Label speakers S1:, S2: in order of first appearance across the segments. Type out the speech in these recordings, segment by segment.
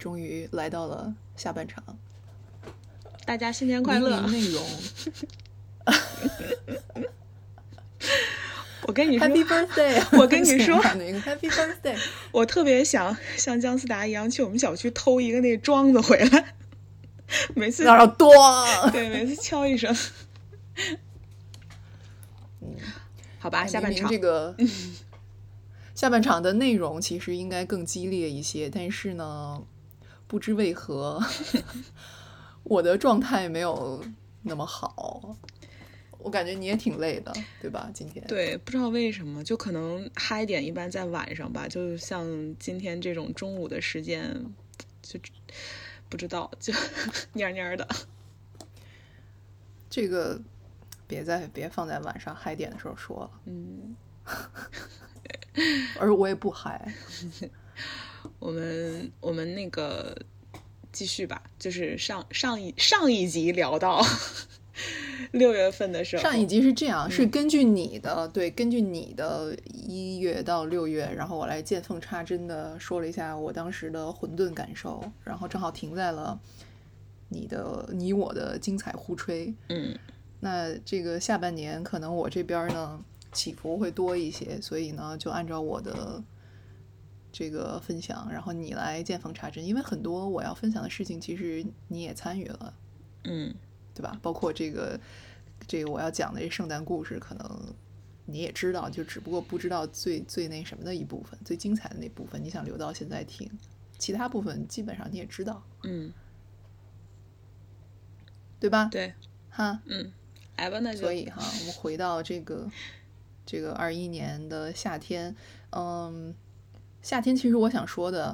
S1: 终于来到了下半场，
S2: 大家新年快乐。
S1: 内容
S2: 我跟你说
S1: Happy Birthday
S2: 我跟你说
S1: 那个 Happy Birthday
S2: 我特别想像姜思达一样去我们小区偷一个那桩子回来，每次
S1: 然后咣，
S2: 对，每次敲一声。好吧，下半场
S1: 这个下半场的内容其实应该更激烈一些，但是呢，不知为何我的状态没有那么好。我感觉你也挺累的，对吧？今天
S2: 对，不知道为什么，就可能嗨点一般在晚上吧，就像今天这种中午的时间，就不知道就蔫蔫的。
S1: 这个别放在晚上嗨点的时候说了。而我也不嗨。
S2: 我们那个继续吧，就是上一集聊到6月份的时候，
S1: 上一集是这样，是根据你的根据你的1月到6月，然后我来见缝插针的说了一下我当时的混沌感受，然后正好停在了你我的精彩互吹。那这个下半年可能我这边呢起伏会多一些，所以呢就按照我的这个分享，然后你来见缝插针，因为很多我要分享的事情其实你也参与了，对吧？包括这个我要讲的这圣诞故事，可能你也知道，就只不过不知道最那什么的一部分，最精彩的那部分，你想留到现在听，其他部分基本上你也知道，对吧？
S2: 对，
S1: 哈，
S2: 来吧，那就
S1: 所以哈，我们回到这个21年的夏天，夏天其实我想说的，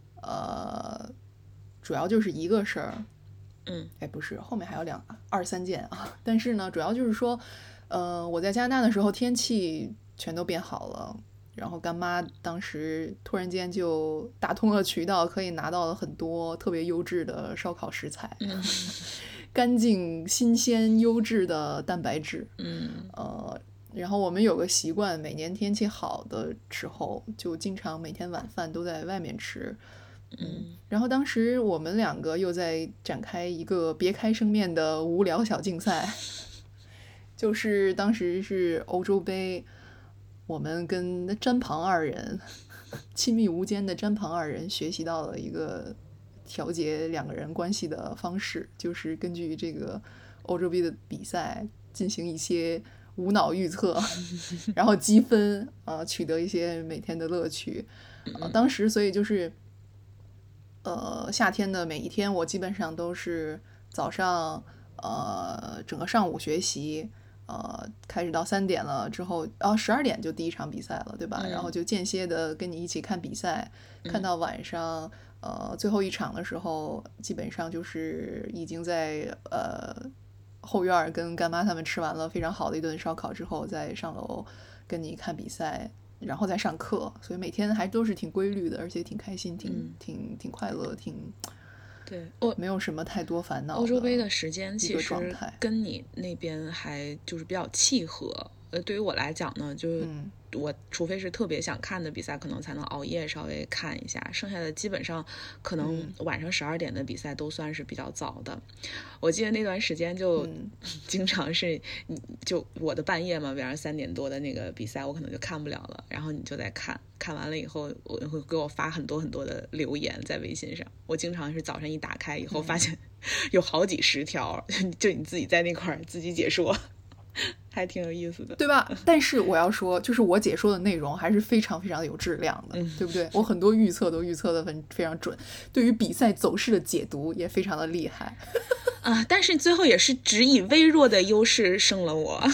S1: 主要就是一个事儿。不是，后面还有2、3件啊。但是呢，主要就是说，我在加拿大的时候天气全都变好了，然后干妈当时突然间就打通了渠道，可以拿到了很多特别优质的烧烤食材，干净、新鲜、优质的蛋白质。然后我们有个习惯，每年天气好的时候，就经常每天晚饭都在外面吃。然后当时我们2个又在展开一个别开生面的无聊小竞赛，就是当时是欧洲杯，我们跟詹庞2人亲密无间的詹庞2人学习到了一个调节2个人关系的方式，就是根据这个欧洲杯的比赛进行一些无脑预测，然后积分取得一些每天的乐趣。当时所以就是夏天的每一天我基本上都是早上整个上午学习，开始到3点了之后12点就第一场比赛了，对吧？然后就间歇的跟你一起看比赛，看到晚上最后一场的时候，基本上就是已经在后院跟干妈他们吃完了非常好的一顿烧烤之后，再上楼跟你看比赛，然后再上课，所以每天还都是挺规律的，而且挺开心，挺快乐，
S2: 对，
S1: 没有什么太多烦恼。
S2: 欧洲杯的时间其实跟你那边还就是比较契合。对于我来讲呢，就是我除非是特别想看的比赛，可能才能熬夜稍微看一下，剩下的基本上可能晚上12点的比赛都算是比较早的。我记得那段时间就经常是就我的半夜嘛，比方3点多的那个比赛我可能就看不了了，然后你就在看完了以后，我会给我发很多很多的留言在微信上。我经常是早上一打开以后发现有好几十条，就你自己在那块自己解说，还挺有意思的，
S1: 对吧？但是我要说，就是我解说的内容还是非常非常的有质量的，对不对？我很多预测都预测的非常准，对于比赛走势的解读也非常的厉害
S2: 啊！但是最后也是只以微弱的优势胜了我。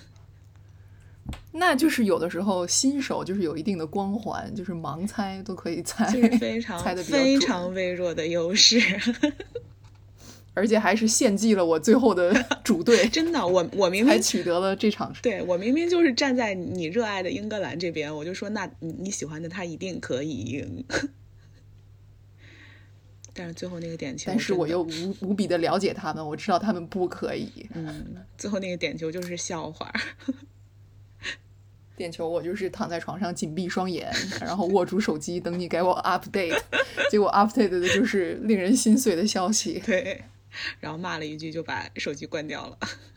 S1: 那就是有的时候新手就是有一定的光环，就是盲猜都可以猜，
S2: 就是非常
S1: 猜的比较准，
S2: 非常微弱的优势。
S1: 而且还是献祭了我最后的主队
S2: 真的，我明明
S1: 才取得了这场。
S2: 对，我明明就是站在你热爱的英格兰这边，我就说那你喜欢的他一定可以赢。但是最后那个点球，
S1: 但是我又无比的了解他们，我知道他们不可以。
S2: 最后那个点球就是笑话。
S1: 点球我就是躺在床上紧闭双眼，然后握住手机等你给我 update， 结果 update 的就是令人心碎的消息。
S2: 对，然后骂了一句就把手机关掉了。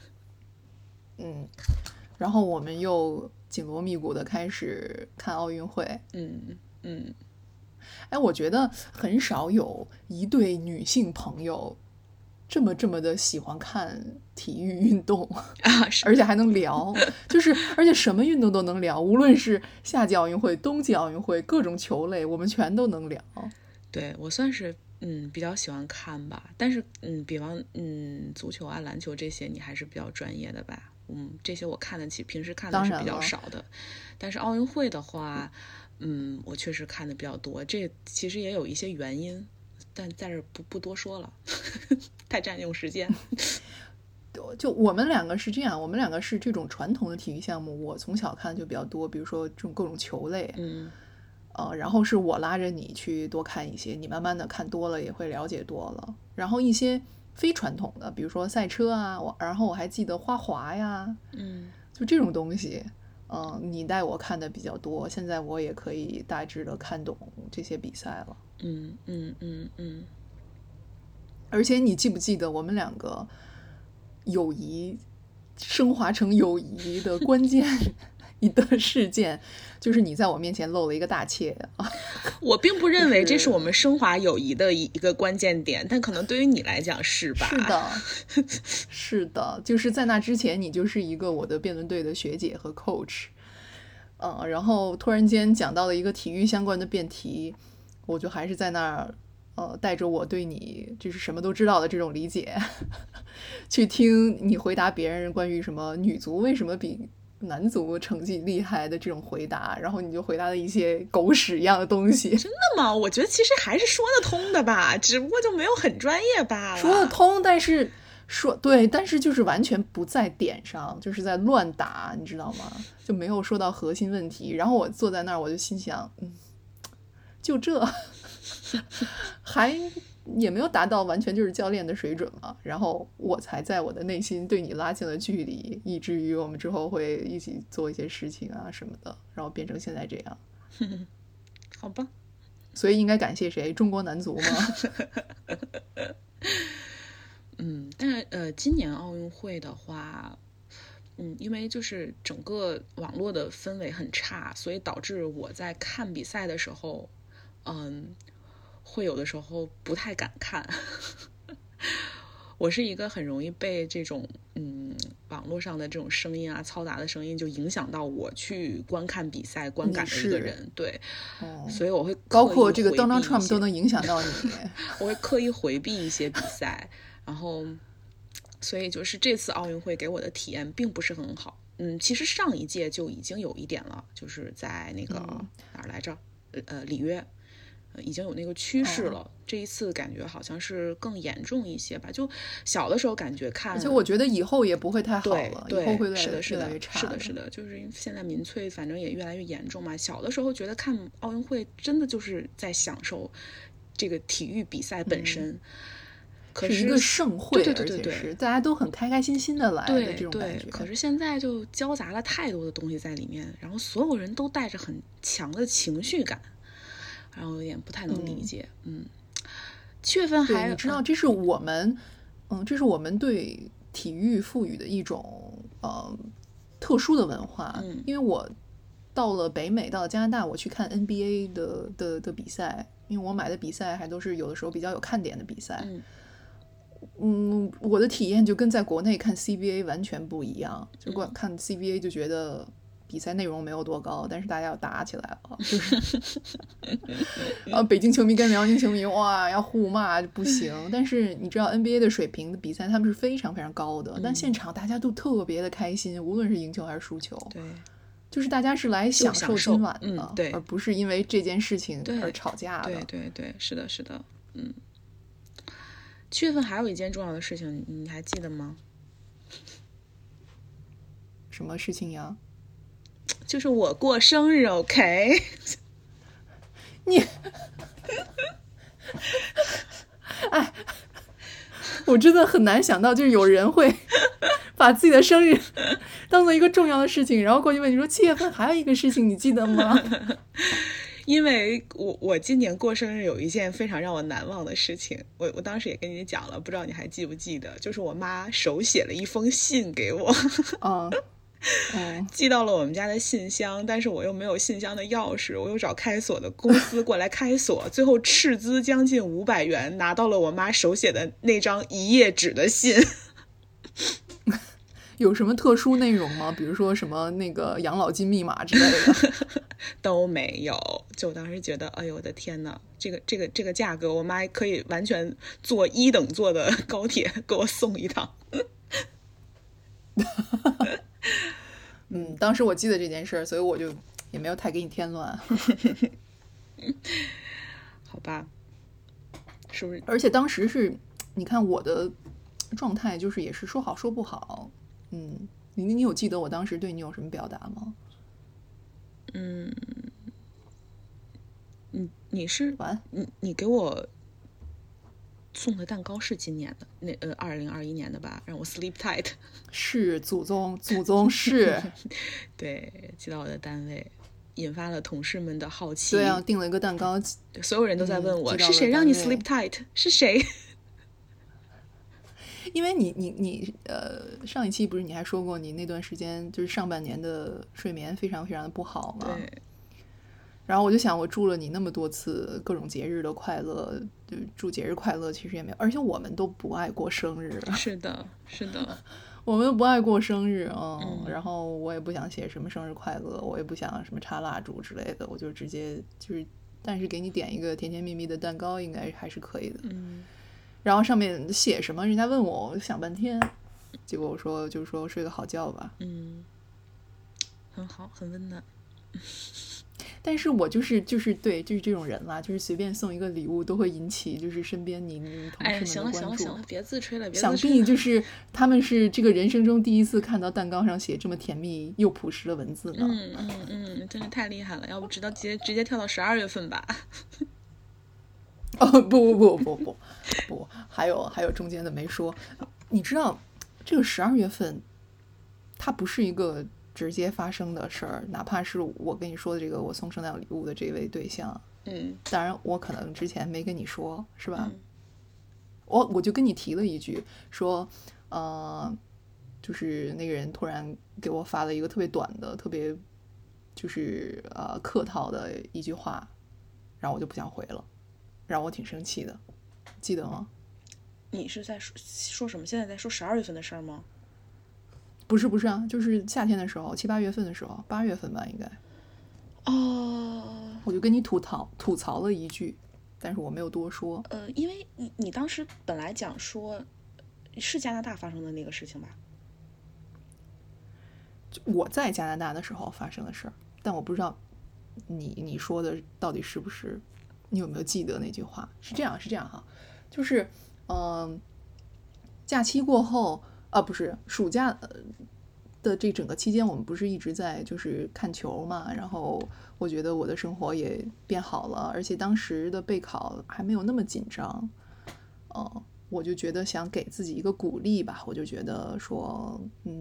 S1: 然后我们又紧锣密鼓的开始看奥运会。我觉得很少有一对女性朋友这么的喜欢看体育运动而且还能聊，而且什么运动都能聊，无论是夏季奥运会、冬季奥运会，各种球类我们全都能聊。
S2: 对，我算是比较喜欢看吧，但是比方足球啊、篮球这些你还是比较专业的吧。这些我看得起，平时看的是比较少的。但是奥运会的话我确实看的比较多，这其实也有一些原因，但在这不多说了太占用时间。
S1: 就我们两个是这样，我们两个是这种传统的体育项目，我从小看的就比较多，比如说这种各种球类，然后是我拉着你去多看一些，你慢慢的看多了也会了解多了。然后一些非传统的，比如说赛车啊，然后我还记得花滑呀，就这种东西，你带我看的比较多，现在我也可以大致的看懂这些比赛了。而且你记不记得我们两个友谊升华成友谊的关键的事件，就是你在我面前露了一个大怯。
S2: 我并不认为这是我们升华友谊的一个关键点，但可能对于你来讲是吧？
S1: 是的，就是在那之前你就是一个我的辩论队的学姐和 coach，然后突然间讲到了一个体育相关的辩题，我就还是在那儿带着我对你就是什么都知道的这种理解去听你回答别人关于什么女足为什么比男足成绩厉害的这种回答，然后你就回答了一些狗屎一样的东西。
S2: 真的吗？我觉得其实还是说得通的吧，只不过就没有很专业罢了。
S1: 说得通，但是但是就是完全不在点上，就是在乱打，你知道吗？就没有说到核心问题。然后我坐在那儿，我就心想，就这还也没有达到完全就是教练的水准嘛。然后我才在我的内心对你拉近了距离，以至于我们之后会一起做一些事情啊什么的，然后变成现在这样。
S2: 好吧，
S1: 所以应该感谢谁？中国男足吗？
S2: 但是今年奥运会的话，因为就是整个网络的氛围很差，所以导致我在看比赛的时候，会有的时候不太敢看。我是一个很容易被这种网络上的这种声音啊、嘈杂的声音就影响到我去观看比赛、观感的一个人。对，所以我会
S1: 包括这个 Donald Trump 都能影响到你。
S2: 我会刻意回避一些比赛，然后所以就是这次奥运会给我的体验并不是很好。其实上一届就已经有一点了，就是在那个哪儿来着？里约。已经有那个趋势了，这一次感觉好像是更严重一些吧。就小的时候感觉看，
S1: 而且我觉得以后也不会太好了，
S2: 对，
S1: 以后会越来
S2: 越差。是的，就是因为现在民粹反正也越来越严重嘛。小的时候觉得看奥运会真的就是在享受这个体育比赛本身，可
S1: 是一个盛会，
S2: 对，
S1: 而且是大家都很开开心心的来的这种感觉。
S2: 可是现在就交杂了太多的东西在里面，然后所有人都带着很强的情绪感。然后有点不太能理解。7月份还
S1: 你知道这是我们这是我们对体育赋予的一种特殊的文化。因为我到了北美，到了加拿大，我去看 NBA 的比赛，因为我买的比赛还都是有的时候比较有看点的比赛。我的体验就跟在国内看 CBA 完全不一样。就看 CBA 就觉得比赛内容没有多高，但是大家要打起来了，就是北京球迷跟辽宁球迷哇要互骂不行。但是你知道 NBA 的水平的比赛他们是非常非常高的，但现场大家都特别的开心，无论是赢球还是输球。
S2: 对，
S1: 就是大家是来享受今晚的，
S2: 对，
S1: 而不是因为这件事情而吵架的。
S2: 对，是的7月份还有一件重要的事情，你还记得吗？
S1: 什么事情呀？
S2: 就是我过生日 ，OK？
S1: 你，我真的很难想到，就是有人会把自己的生日当做一个重要的事情，然后过去问你说7月份还有一个事情你记得吗？
S2: 因为我今年过生日有一件非常让我难忘的事情，我当时也跟你讲了，不知道你还记不记得，就是我妈手写了一封信给我。寄到了我们家的信箱，但是我又没有信箱的钥匙，我又找开锁的公司过来开锁，最后斥资将近500元拿到了我妈手写的那张1页纸的信。
S1: 有什么特殊内容吗？比如说什么那个养老金密码之类的？
S2: 都没有。就我当时觉得，哎呦我的天哪，这个价格，我妈可以完全坐1等座的高铁给我送一趟。
S1: 当时我记得这件事儿，所以我就也没有太给你添乱。
S2: 好吧，是不是？
S1: 而且当时是，你看我的状态就是也是说好说不好。你有记得我当时对你有什么表达吗？
S2: 你是你给我送的蛋糕是今年的那2021年的吧？让我 sleep tight。
S1: 是祖宗是。
S2: 对，寄到我的单位，引发了同事们的好奇。
S1: 对啊，订了一个蛋糕，
S2: 所有人都在问我，是谁让你 sleep tight？ 是谁？
S1: 因为你上一期不是你还说过你那段时间就是上半年的睡眠非常非常的不好吗？
S2: 对。
S1: 然后我就想，我祝了你那么多次各种节日的快乐，就祝节日快乐，其实也没有，而且我们都不爱过生日。
S2: 是的，是的，
S1: 我们都不爱过生日然后我也不想写什么生日快乐，我也不想什么插蜡烛之类的，我就直接就是，但是给你点一个甜甜蜜蜜的蛋糕，应该还是可以的。然后上面写什么，人家问我，我想半天，结果我说就是说睡个好觉吧。
S2: 很好，很温暖。
S1: 但是我就是对，就是这种人啦，就是随便送一个礼物都会引起就是身边你同事们的关注。
S2: 行了，别自吹了，
S1: 想必就是他们是这个人生中第一次看到蛋糕上写这么甜蜜又朴实的文字呢。
S2: 真是太厉害了，要不直接跳到12月份吧。
S1: 不，还有中间的没说。你知道这个12月份它不是一个直接发生的事儿，哪怕是我跟你说的这个我送圣诞礼物的这位对象，当然我可能之前没跟你说，是吧？我就跟你提了一句，说就是那个人突然给我发了一个特别短的、特别就是客套的一句话，然后我就不想回了，让我挺生气的，记得吗？
S2: 你是在说什么？现在在说12月份的事儿吗？
S1: 不是啊，就是夏天的时候，7、8月份的时候，8月份吧，应该。我就跟你吐槽了一句，但是我没有多说。
S2: 因为你当时本来讲说是加拿大发生的那个事情吧？
S1: 我在加拿大的时候发生的事儿，但我不知道你说的到底是不是，你有没有记得那句话？是这样哈，就是假期过后。不是暑假的这整个期间，我们不是一直在就是看球嘛，然后我觉得我的生活也变好了，而且当时的备考还没有那么紧张，我就觉得想给自己一个鼓励吧，我就觉得说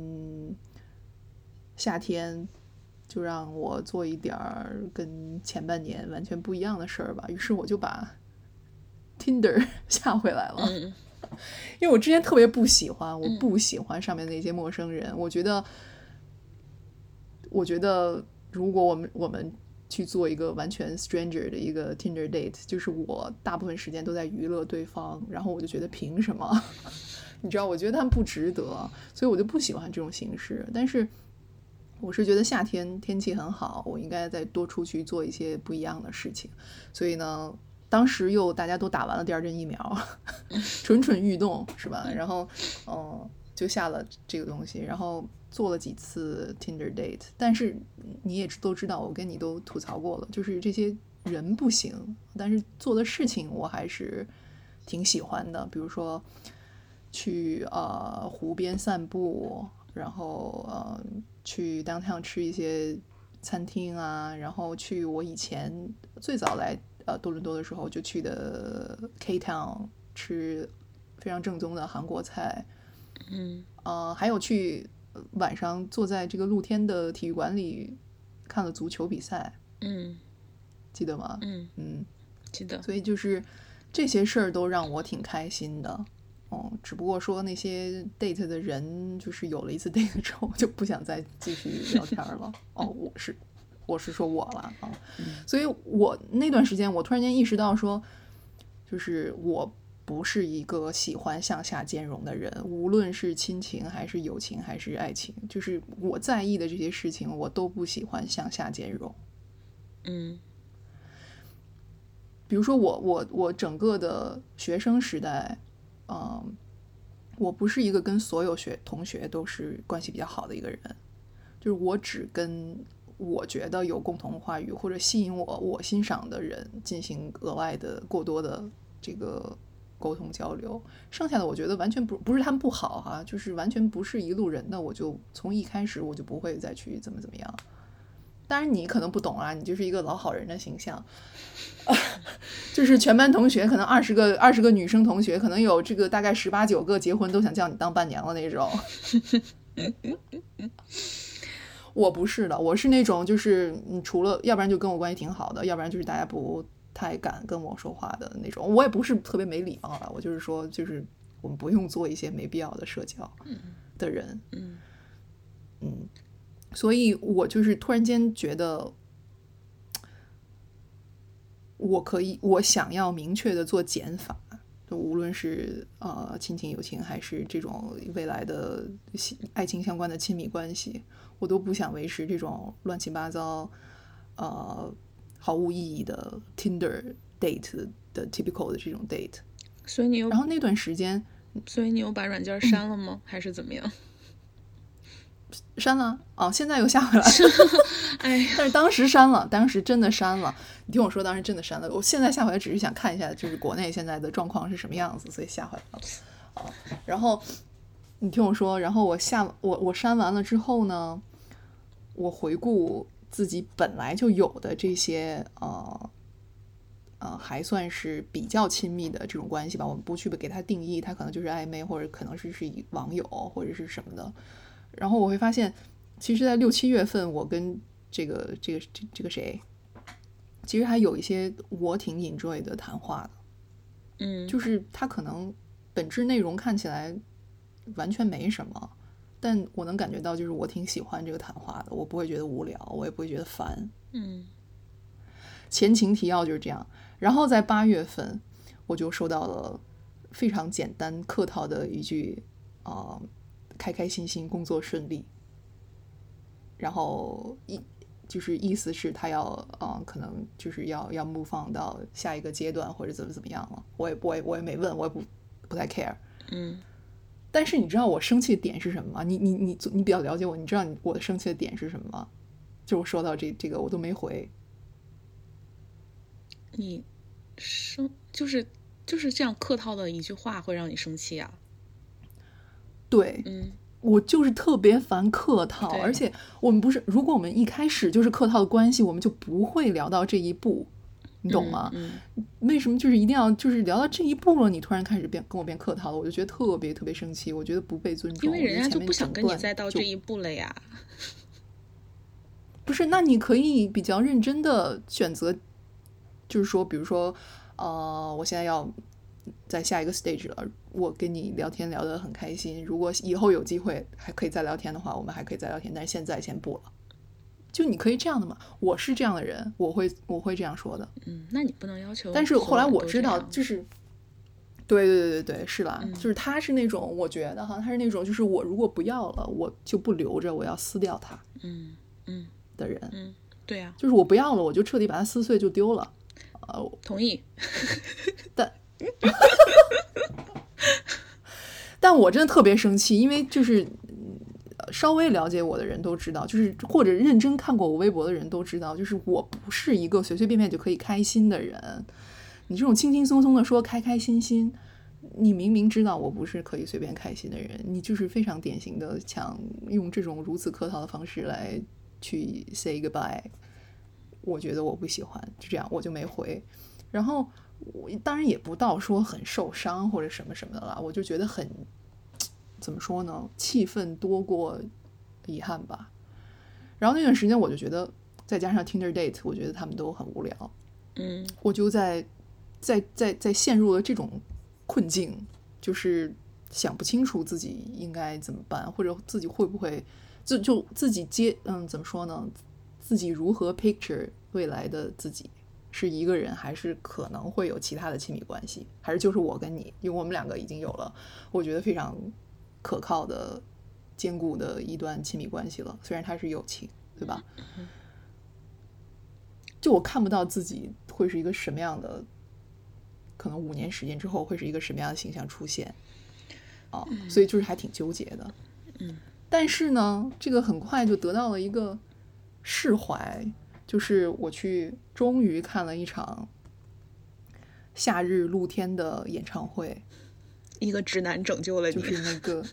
S1: 夏天就让我做一点跟前半年完全不一样的事儿吧，于是我就把 Tinder 下回来了。因为我之前特别不喜欢，我不喜欢上面那些陌生人。我觉得如果我们去做一个完全 stranger 的一个 Tinder date， 就是我大部分时间都在娱乐对方，然后我就觉得凭什么？你知道，我觉得他们不值得，所以我就不喜欢这种形式。但是我是觉得夏天天气很好，我应该再多出去做一些不一样的事情。所以呢，当时又大家都打完了第2针疫苗，蠢蠢欲动是吧？然后就下了这个东西，然后做了几次 Tinder date。但是你也都知道，我跟你都吐槽过了，就是这些人不行，但是做的事情我还是挺喜欢的，比如说去湖边散步，然后去 downtown 吃一些餐厅啊，然后去我以前最早来多伦多的时候就去的 K-Town 吃非常正宗的韩国菜， 还有去晚上坐在这个露天的体育馆里看了足球比赛，记得吗？
S2: 记得。
S1: 所以就是这些事儿都让我挺开心的。只不过说那些 date 的人，就是有了一次 date 之后就不想再继续聊天了。我是说我了啊。所以我那段时间我突然间意识到说，就是我不是一个喜欢向下兼容的人，无论是亲情还是友情还是爱情，就是我在意的这些事情我都不喜欢向下兼容。比如说我整个的学生时代，我不是一个跟所有同学都是关系比较好的一个人，就是我只跟我觉得有共同话语或者吸引我欣赏的人进行额外的过多的这个沟通交流，剩下的我觉得完全不是他们不好哈，就是完全不是一路人的，我就从一开始我就不会再去怎么样。当然你可能不懂啊，你就是一个老好人的形象，就是全班同学可能20个女生同学，可能有这个大概18、19个结婚都想叫你当伴娘了那种。我不是的，我是那种就是除了要不然就跟我关系挺好的，要不然就是大家不太敢跟我说话的那种。我也不是特别没礼貌了，我就是说就是我们不用做一些没必要的社交的人。所以我就是突然间觉得我想要明确的做减法，就无论是亲情友情还是这种未来的爱情相关的亲密关系，我都不想维持这种乱七八糟毫无意义的 Tinder date 的 typical 的这种 date。
S2: 所以
S1: 然后那段时间，
S2: 所以你有把软件删了吗？还是怎么样？
S1: 删了现在又下回来了。但是当时删了，当时真的删了。你听我说，当时真的删了。我现在下回来只是想看一下，就是国内现在的状况是什么样子，所以下回来了。然后你听我说，然后我删完了之后呢，我回顾自己本来就有的这些还算是比较亲密的这种关系吧，我们不去给它定义，它可能就是暧昧，或者可能是网友或者是什么的。然后我会发现，其实在6、7月份，我跟这个谁，其实还有一些我挺 enjoy 的谈话的。就是他可能本质内容看起来完全没什么，但我能感觉到就是我挺喜欢这个谈话的，我不会觉得无聊，我也不会觉得烦。前情提要就是这样。然后在8月份，我就收到了非常简单客套的一句开开心心，工作顺利。然后就是意思是他要可能就是要move on到下一个阶段或者怎么样了。我也没问，我也不太 care。但是你知道我生气的点是什么吗？你比较了解我，你知道我的生气的点是什么吗？就我说到这个我都没回。
S2: 你就是这样客套的一句话会让你生气啊？
S1: 对，我就是特别烦客套，而且我们不是，如果我们一开始就是客套的关系，我们就不会聊到这一步，你懂吗？为什么就是一定要就是聊到这一步了，你突然开始跟我变客套了，我就觉得特别特别生气，我觉得不被尊重，
S2: 因为人家就不想跟你再到这一步了呀。
S1: 不是，那你可以比较认真的选择，就是说比如说我现在要在下一个 stage 了，我跟你聊天聊得很开心，如果以后有机会还可以再聊天的话，我们还可以再聊天，但是现在先不了。就你可以这样的嘛，我是这样的人，我会这样说的。
S2: 那你不能要求。
S1: 但是后来我知道，就是对，是吧？就是他是那种，我觉得哈，他是那种，就是我如果不要了，我就不留着，我要撕掉他，的人。
S2: 对呀，
S1: 就是我不要了，我就彻底把它撕碎就丢了。
S2: 同意。
S1: 但我真的特别生气，因为就是稍微了解我的人都知道，就是或者认真看过我微博的人都知道，就是我不是一个随随便便就可以开心的人。你这种轻轻松松的说开开心心，你明明知道我不是可以随便开心的人，你就是非常典型的想用这种如此客套的方式来去 say goodbye。我觉得我不喜欢，就这样我就没回。然后我当然也不到说很受伤或者什么什么的了，我就觉得很怎么说呢，气愤多过遗憾吧。然后那段时间我就觉得，再加上 Tinder date， 我觉得他们都很无聊。我就在陷入了这种困境，就是想不清楚自己应该怎么办，或者自己会不会就自己怎么说呢？自己如何 picture 未来的自己，是一个人，还是可能会有其他的亲密关系，还是就是我跟你，因为我们两个已经有了我觉得非常可靠的坚固的一段亲密关系了，虽然它是友情，对吧？就我看不到自己会是一个什么样的，可能5年时间之后会是一个什么样的形象出现所以就是还挺纠结的。但是呢，这个很快就得到了一个释怀，就是我终于看了一场夏日露天的演唱会。
S2: 一个直男拯救了你，
S1: 就是那个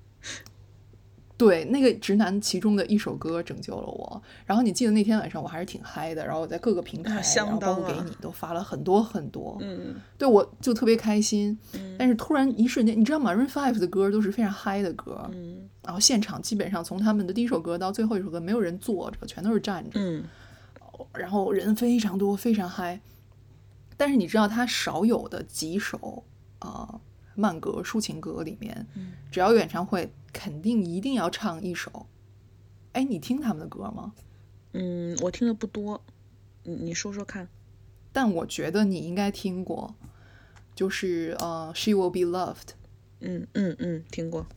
S1: 对，那个直男其中的一首歌拯救了我。然后你记得那天晚上我还是挺嗨的，然后我在各个平台然后包括给你都发了很多很多。对，我就特别开心。但是突然一瞬间，你知道 Maroon 5的歌都是非常嗨的歌，然后现场基本上从他们的第一首歌到最后一首歌没有人坐着，全都是站着。然后人非常多，非常嗨。但是你知道他少有的几首慢歌抒情歌里面，只要有演唱会肯定一定要唱一首。哎，你听他们的歌吗？
S2: 我听的不多，你说说看。
S1: 但我觉得你应该听过，就是She Will Be Loved。
S2: 听过，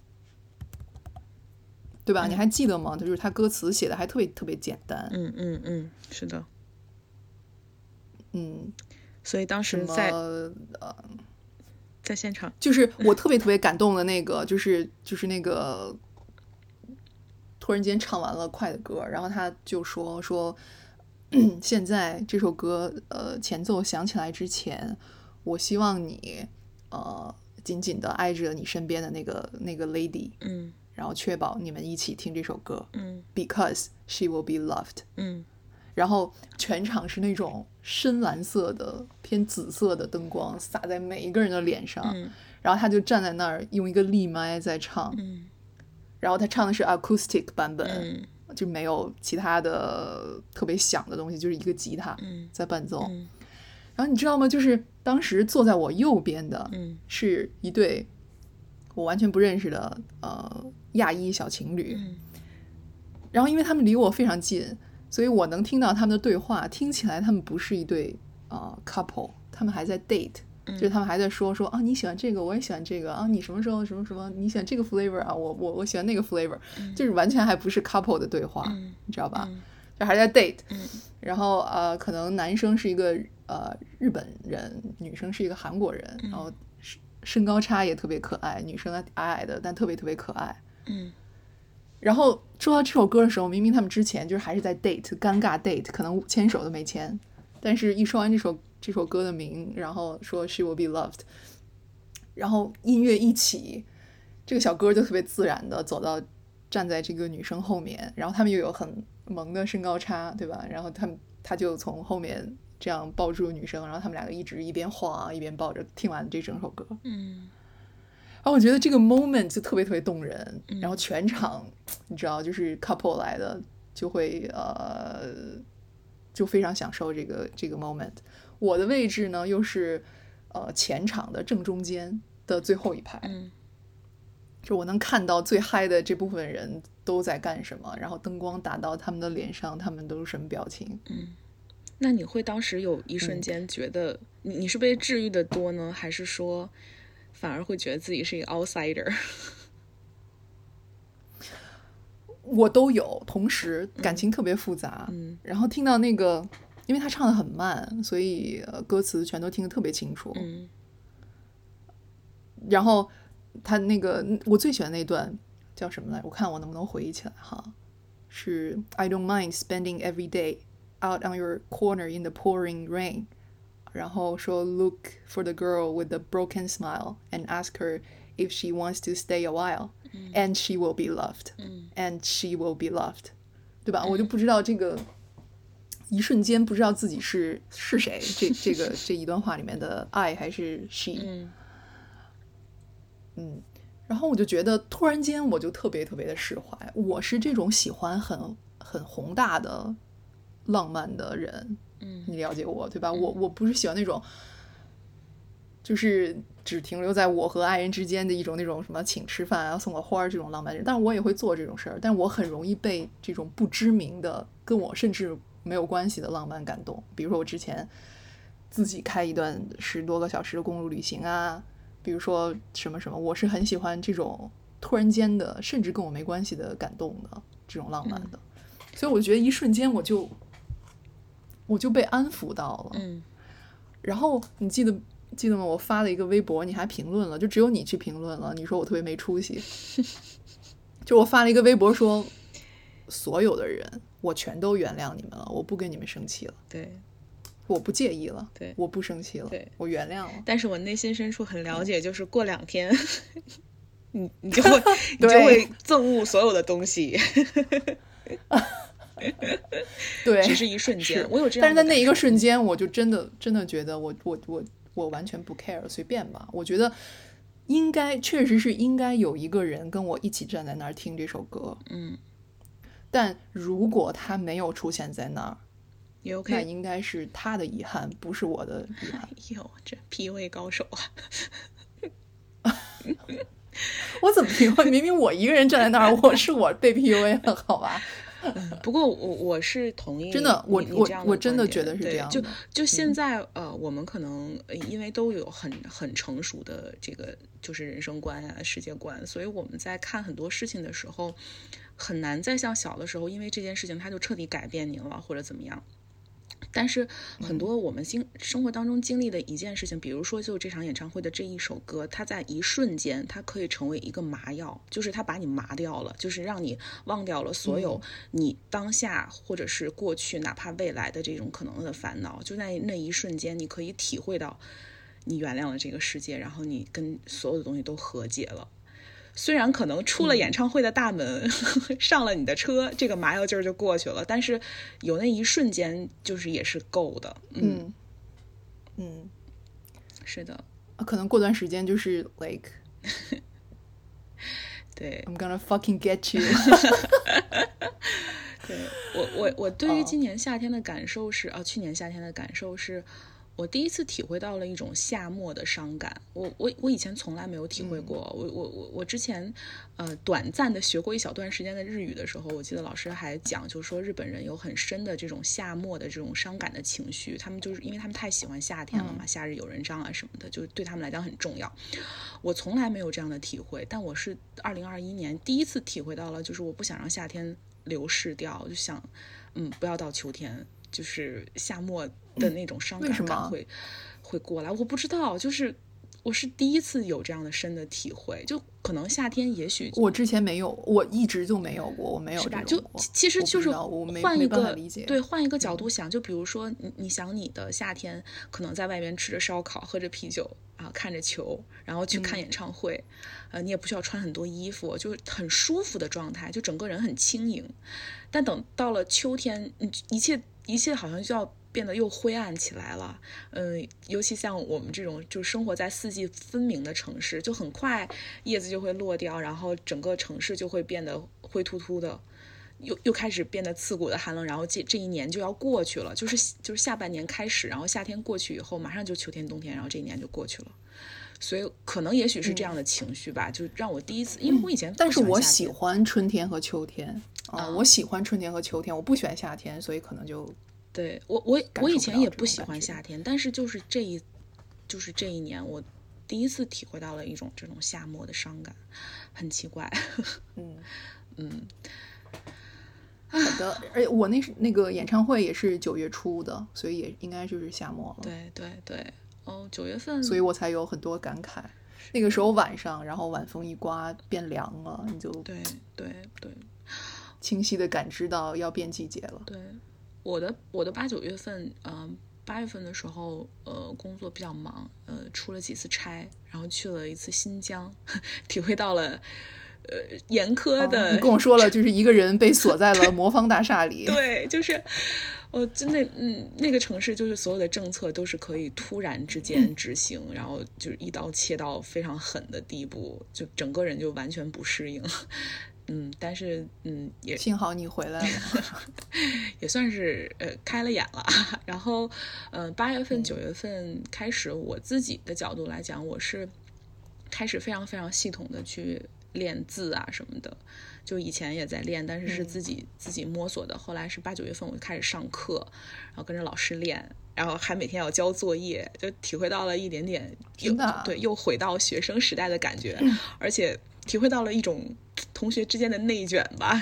S1: 对吧？你还记得吗？就是他歌词写的还特别特别简单。
S2: 是的。所以当时在现场，
S1: 就是我特别特别感动的那个，就是那个突然间唱完了快的歌，然后他就说现在这首歌前奏响起来之前，我希望你紧紧的挨着你身边的那个 lady，然后确保你们一起听这首歌，because she will be loved。然后全场是那种深蓝色的偏紫色的灯光洒在每一个人的脸上，然后他就站在那儿用一个立麦在唱，然后他唱的是 acoustic 版本，就没有其他的特别响的东西，就是一个吉他在伴奏。然后你知道吗？就是当时坐在我右边的是一对我完全不认识的亚裔小情侣，然后因为他们离我非常近，所以我能听到他们的对话，听起来他们不是一对couple， 他们还在 date，就是他们还在说你喜欢这个，我也喜欢这个你什么时候什么什么，你喜欢这个 flavor 我喜欢那个 flavor，就是完全还不是 couple 的对话，你知道吧？就还在 date，然后可能男生是一个日本人，女生是一个韩国人，然后身高差也特别可爱，女生矮矮的，但特别特别可爱。然后说到这首歌的时候，明明他们之前就是还是在 date， 尴尬 date， 可能牵手都没牵，但是一说完这首歌的名，然后说 She Will Be Loved， 然后音乐一起，这个小哥就特别自然的站在这个女生后面，然后他们又有很萌的身高差，对吧？然后他就从后面这样抱住女生，然后他们两个一直一边晃一边抱着，听完这整首歌。然后我觉得这个 moment 就特别特别动人，然后全场你知道就是 couple 来的就会就非常享受这个 moment。 我的位置呢又是前场的正中间的最后一排，就我能看到最嗨的这部分人都在干什么，然后灯光打到他们的脸上，他们都是什么表情。
S2: 那你会当时有一瞬间觉得你是被治愈的多呢，还是说反而会觉得自己是一个 outsider？
S1: 我都有，同时感情特别复杂。然后听到那个，因为他唱得很慢，所以歌词全都听得特别清楚。然后他那个我最喜欢那段叫什么来，我看我能不能回忆起来哈，是 I don't mind spending every day out on your corner in the pouring rain， 然后说 look for the girl with the broken smile and ask her if she wants to stay a while and she will be loved and she will be loved， 对吧？我就不知道这个一瞬间不知道自己是谁，这一段话里面的 I 还是 she。 然后我就觉得突然间我就特别特别的释怀。我是这种喜欢很宏大的浪漫的人，你了解我对吧？我不是喜欢那种就是只停留在我和爱人之间的一种那种什么请吃饭啊送个花这种浪漫人，但是我也会做这种事儿，但我很容易被这种不知名的跟我甚至没有关系的浪漫感动。比如说我之前自己开一段10多个小时的公路旅行啊，比如说什么什么，我是很喜欢这种突然间的甚至跟我没关系的感动的这种浪漫的，所以我觉得一瞬间我就被安抚到了。然后你记得吗？我发了一个微博，你还评论了，就只有你去评论了，你说我特别没出息。就我发了一个微博说，所有的人我全都原谅你们了，我不跟你们生气了，
S2: 对，
S1: 我不介意了，
S2: 对，
S1: 我不生气了，
S2: 对，
S1: 我原谅了。
S2: 但是我内心深处很了解，就是过2天你就会憎恶所有的东西。
S1: 对，
S2: 只是一瞬间，我有这样的感受。
S1: 但是在那一个瞬间，我就真的觉得我完全不 care， 随便吧。我觉得确实是应该有一个人跟我一起站在那儿听这首歌。但如果他没有出现在那儿，
S2: 也 OK，
S1: 那应该是他的遗憾，不是我的遗憾。
S2: 这 PUA 高手
S1: 啊！我怎么 PUA？明明我一个人站在那儿，我被 PUA 了，好吧？
S2: 不过我是同意，
S1: 真的，我真的觉得是这样的。
S2: 就现在我们可能因为都有很成熟的这个就是人生观啊、世界观，所以我们在看很多事情的时候，很难再像小的时候，因为这件事情它就彻底改变您了或者怎么样。但是很多我们生活当中经历的一件事情，比如说就这场演唱会的这一首歌，它在一瞬间它可以成为一个麻药，就是它把你麻掉了，就是让你忘掉了所有你当下或者是过去哪怕未来的这种可能的烦恼，就在那一瞬间你可以体会到你原谅了这个世界，然后你跟所有的东西都和解了。虽然可能出了演唱会的大门，上了你的车，这个麻药劲儿就过去了，但是有那一瞬间就是也是够的。是的，
S1: 可能过段时间就是 like
S2: 对
S1: I'm gonna fucking get you
S2: 对，我对于今年夏天的感受是去年夏天的感受是我第一次体会到了一种夏末的伤感，我以前从来没有体会过。我之前短暂的学过一小段时间的日语的时候，我记得老师还讲，就是说日本人有很深的这种夏末的这种伤感的情绪，他们就是因为他们太喜欢夏天了嘛，夏日友人帐啊什么的，就对他们来讲很重要。我从来没有这样的体会，但我是2021年第一次体会到了，就是我不想让夏天流逝掉，我就想不要到秋天，就是夏末的那种伤感会过来。我不知道，就是我是第一次有这样的深的体会，就可能夏天也许
S1: 我之前没有，我一直就没有过，我没有这种过，
S2: 就其实就是换一个对，换一个角度想，就比如说你想你的夏天可能在外面吃着烧烤喝着啤酒啊，看着球，然后去看演唱会，你也不需要穿很多衣服，就是很舒服的状态，就整个人很轻盈。但等到了秋天，一切好像就要变得又灰暗起来了。尤其像我们这种就生活在四季分明的城市，就很快叶子就会落掉，然后整个城市就会变得灰秃秃的，又开始变得刺骨的寒冷，然后这一年就要过去了，就是下半年开始，然后夏天过去以后马上就秋天冬天，然后这一年就过去了。所以可能也许是这样的情绪吧，就让我第一次，因为我以前
S1: 但是我喜欢春天和秋天我喜欢春天和秋天，我不喜欢夏天，所以可能就
S2: 对我以前也不喜欢夏天，但是就是这一年我第一次体会到了一种这种夏末的伤感，很奇怪。
S1: 好的，而且我那个演唱会也是9月初的，所以也应该就是夏末了。
S2: 对9月份，
S1: 所以我才有很多感慨。那个时候晚上，然后晚风一刮变凉了，你就
S2: 对
S1: 清晰的感知到要变季节了。
S2: 对，我的8、9月份8月份的时候工作比较忙，出了几次差，然后去了一次新疆，体会到了严苛的。
S1: 你跟我说了，就是一个人被锁在了魔方大厦里。
S2: 对，就是真的，那个城市就是所有的政策都是可以突然之间执行，然后就是一刀切到非常狠的地步，就整个人就完全不适应。但是也
S1: 幸好你回来了，
S2: 也算是开了眼了。然后8月份9月份开始，我自己的角度来讲，我是开始非常非常系统的去练字啊什么的。就以前也在练，但是是自己摸索的。后来是8、9月份我就开始上课，然后跟着老师练，然后还每天要交作业，就体会到了一点点又回到学生时代的感觉，而且体会到了一种同学之间的内卷吧。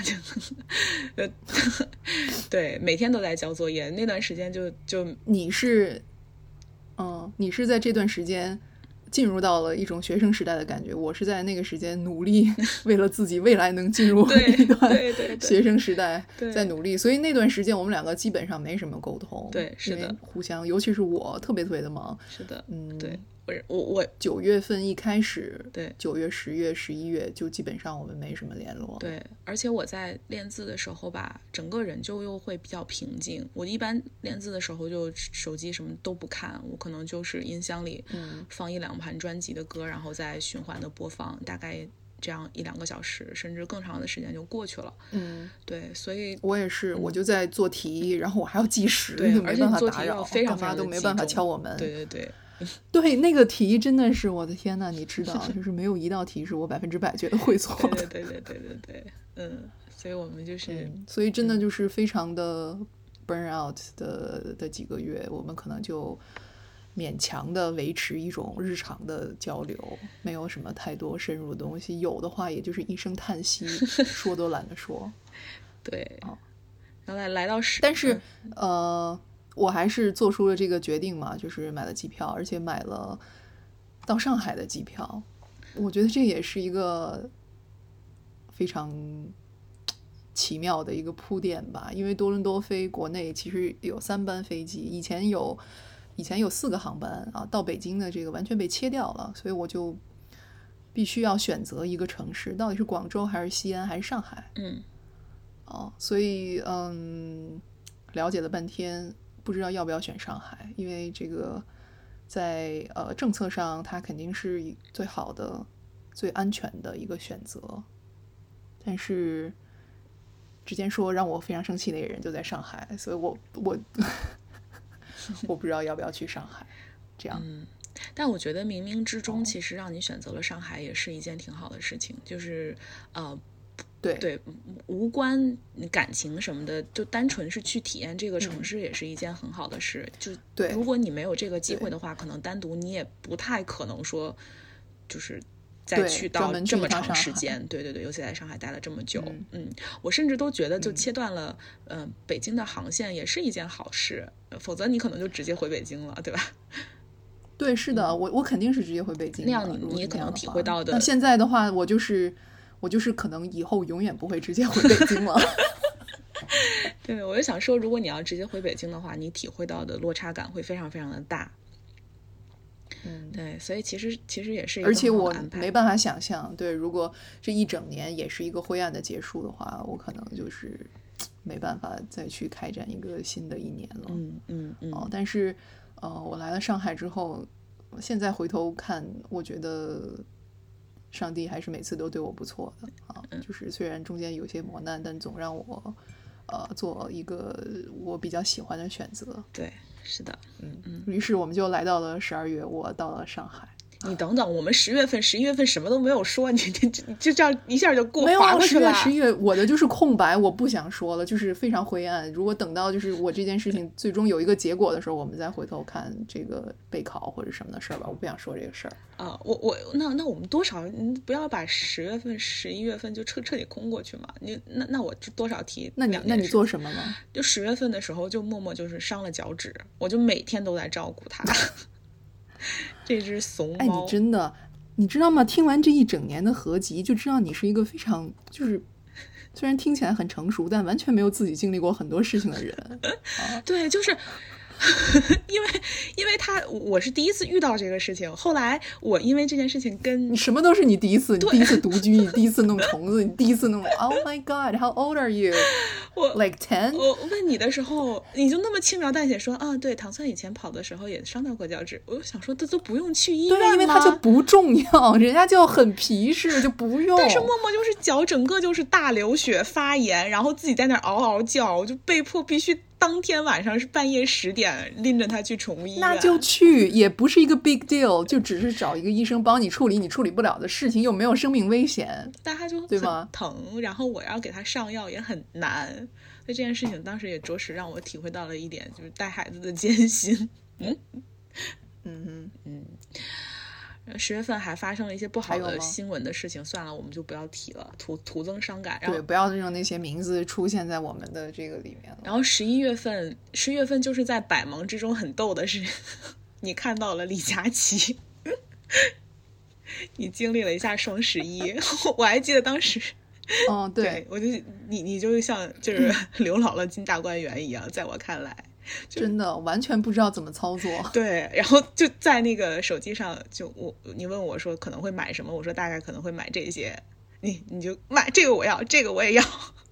S2: 对，每天都在交作业。那段时间就
S1: 你是在这段时间进入到了一种学生时代的感觉，我是在那个时间努力为了自己未来能进入一段学生时代在努力，所以那段时间我们两个基本上没什么沟通。
S2: 对，是的，
S1: 互相，尤其是我特别特别的忙。
S2: 是的，对。我
S1: 9月份一开始，
S2: 对
S1: ，9月、10月、11月就基本上我们没什么联络。
S2: 对，而且我在练字的时候吧，整个人就又会比较平静。我一般练字的时候就手机什么都不看，我可能就是音箱里放1-2盘专辑的歌，然后再循环的播放，大概这样1-2个小时，甚至更长的时间就过去了。对，所以
S1: 我也是，我就在做题，然后我还要计时，
S2: 对，
S1: 而且
S2: 做题要非常非常
S1: 都没办法敲我们。
S2: 对。
S1: 对，那个题真的是我的天呐，你知道，就是没有一道题是我100%觉得会错的。
S2: 对，所以我们就是，
S1: 所以真的就是非常的 burn out 的几个月，我们可能就勉强的维持一种日常的交流，没有什么太多深入的东西，有的话也就是一声叹息，说都懒得说。
S2: 对，然后来到
S1: 但是我还是做出了这个决定嘛，就是买了机票，而且买了到上海的机票。我觉得这也是一个非常奇妙的一个铺垫吧，因为多伦多飞国内其实有3班飞机，以前有4个航班啊，到北京的这个完全被切掉了，所以我就必须要选择一个城市，到底是广州还是西安还是上海。所以了解了半天，不知道要不要选上海，因为这个在政策上它肯定是最好的最安全的一个选择，但是之前说让我非常生气那个人就在上海，所以我不知道要不要去上海这样。
S2: 但我觉得冥冥之中其实让你选择了上海也是一件挺好的事情，就是对，无关感情什么的，就单纯是去体验这个城市也是一件很好的事。就
S1: 对，
S2: 如果你没有这个机会的话，可能单独你也不太可能说就是再去到这么长时间。对，尤其在上海待了这么久。我甚至都觉得就切断了北京的航线也是一件好事，否则你可能就直接回北京了，对吧？
S1: 对，是的，我肯定是直接回北京的，
S2: 那样你可能体会到的。
S1: 那现在的话，我就是可能以后永远不会直接回北京了。
S2: 对，我就想说，如果你要直接回北京的话，你体会到的落差感会非常非常的大。对，所以其实也是一个很好的安排。而且
S1: 我没办法想象，对，如果这一整年也是一个灰暗的结束的话，我可能就是没办法再去开展一个新的一年了。但是我来了上海之后，现在回头看，我觉得上帝还是每次都对我不错的啊，就是虽然中间有些磨难，但总让我做一个我比较喜欢的选择。
S2: 对，是的。
S1: 于是我们就来到了12月，我到了上海。
S2: 你等等，我们10月份、11月份什么都没有说，你就这样一下就过
S1: 划
S2: 过去了。
S1: 10月、11月，我的就是空白，我不想说了，就是非常灰暗。如果等到就是我这件事情最终有一个结果的时候，我们再回头看这个备考或者什么的事儿吧。我不想说这个事儿
S2: 啊。那我们多少，你不要把10月份、11月份就彻底空过去嘛。那我就多少提。
S1: 那你做什么呢？
S2: 就10月份的时候，就默默就是伤了脚趾，我就每天都在照顾它。这只怂猫，
S1: 你真的，你知道吗？听完这一整年的合集，就知道你是一个非常就是虽然听起来很成熟，但完全没有自己经历过很多事情的人。
S2: 对，就是因为我是第一次遇到这个事情，后来我因为这件事情跟
S1: 你什么都是你第一次，你第一次独居，你第一次弄虫子，你第一次弄 Oh my God, how old are you?
S2: 我
S1: like 10?
S2: 我问你的时候，你就那么轻描淡写说啊，对，糖蒜以前跑的时候也伤到过脚趾。我就想说，这都不用去医院吗？
S1: 对，因为它就不重要，人家就很皮实，就不用。
S2: 但是默默就是脚整个就是大流血发炎，然后自己在那嗷嗷叫，我就被迫必须当天晚上是半夜10点拎着他去宠物医院。
S1: 那就去，也不是一个 big deal， 就只是找一个医生帮你处理你处理不了的事情，又没有生命危险。
S2: 但他就很疼，然后我要给他上药也很难，所以这件事情当时也着实让我体会到了一点，就是带孩子的艰辛。10月份还发生了一些不好的新闻的事情，算了，我们就不要提了，徒增伤感。
S1: 对，不要让那些名字出现在我们的这个里面了。
S2: 然后11月份就是在百忙之中很逗的是，你看到了李佳琦，你经历了一下双11，我还记得当时。对，我就你就像就是刘姥姥进大观园一样，在我看来。
S1: 真的完全不知道怎么操作。
S2: 对，然后就在那个手机上，你问我说可能会买什么，我说大概可能会买这些，你就买这个，我要这个我也要。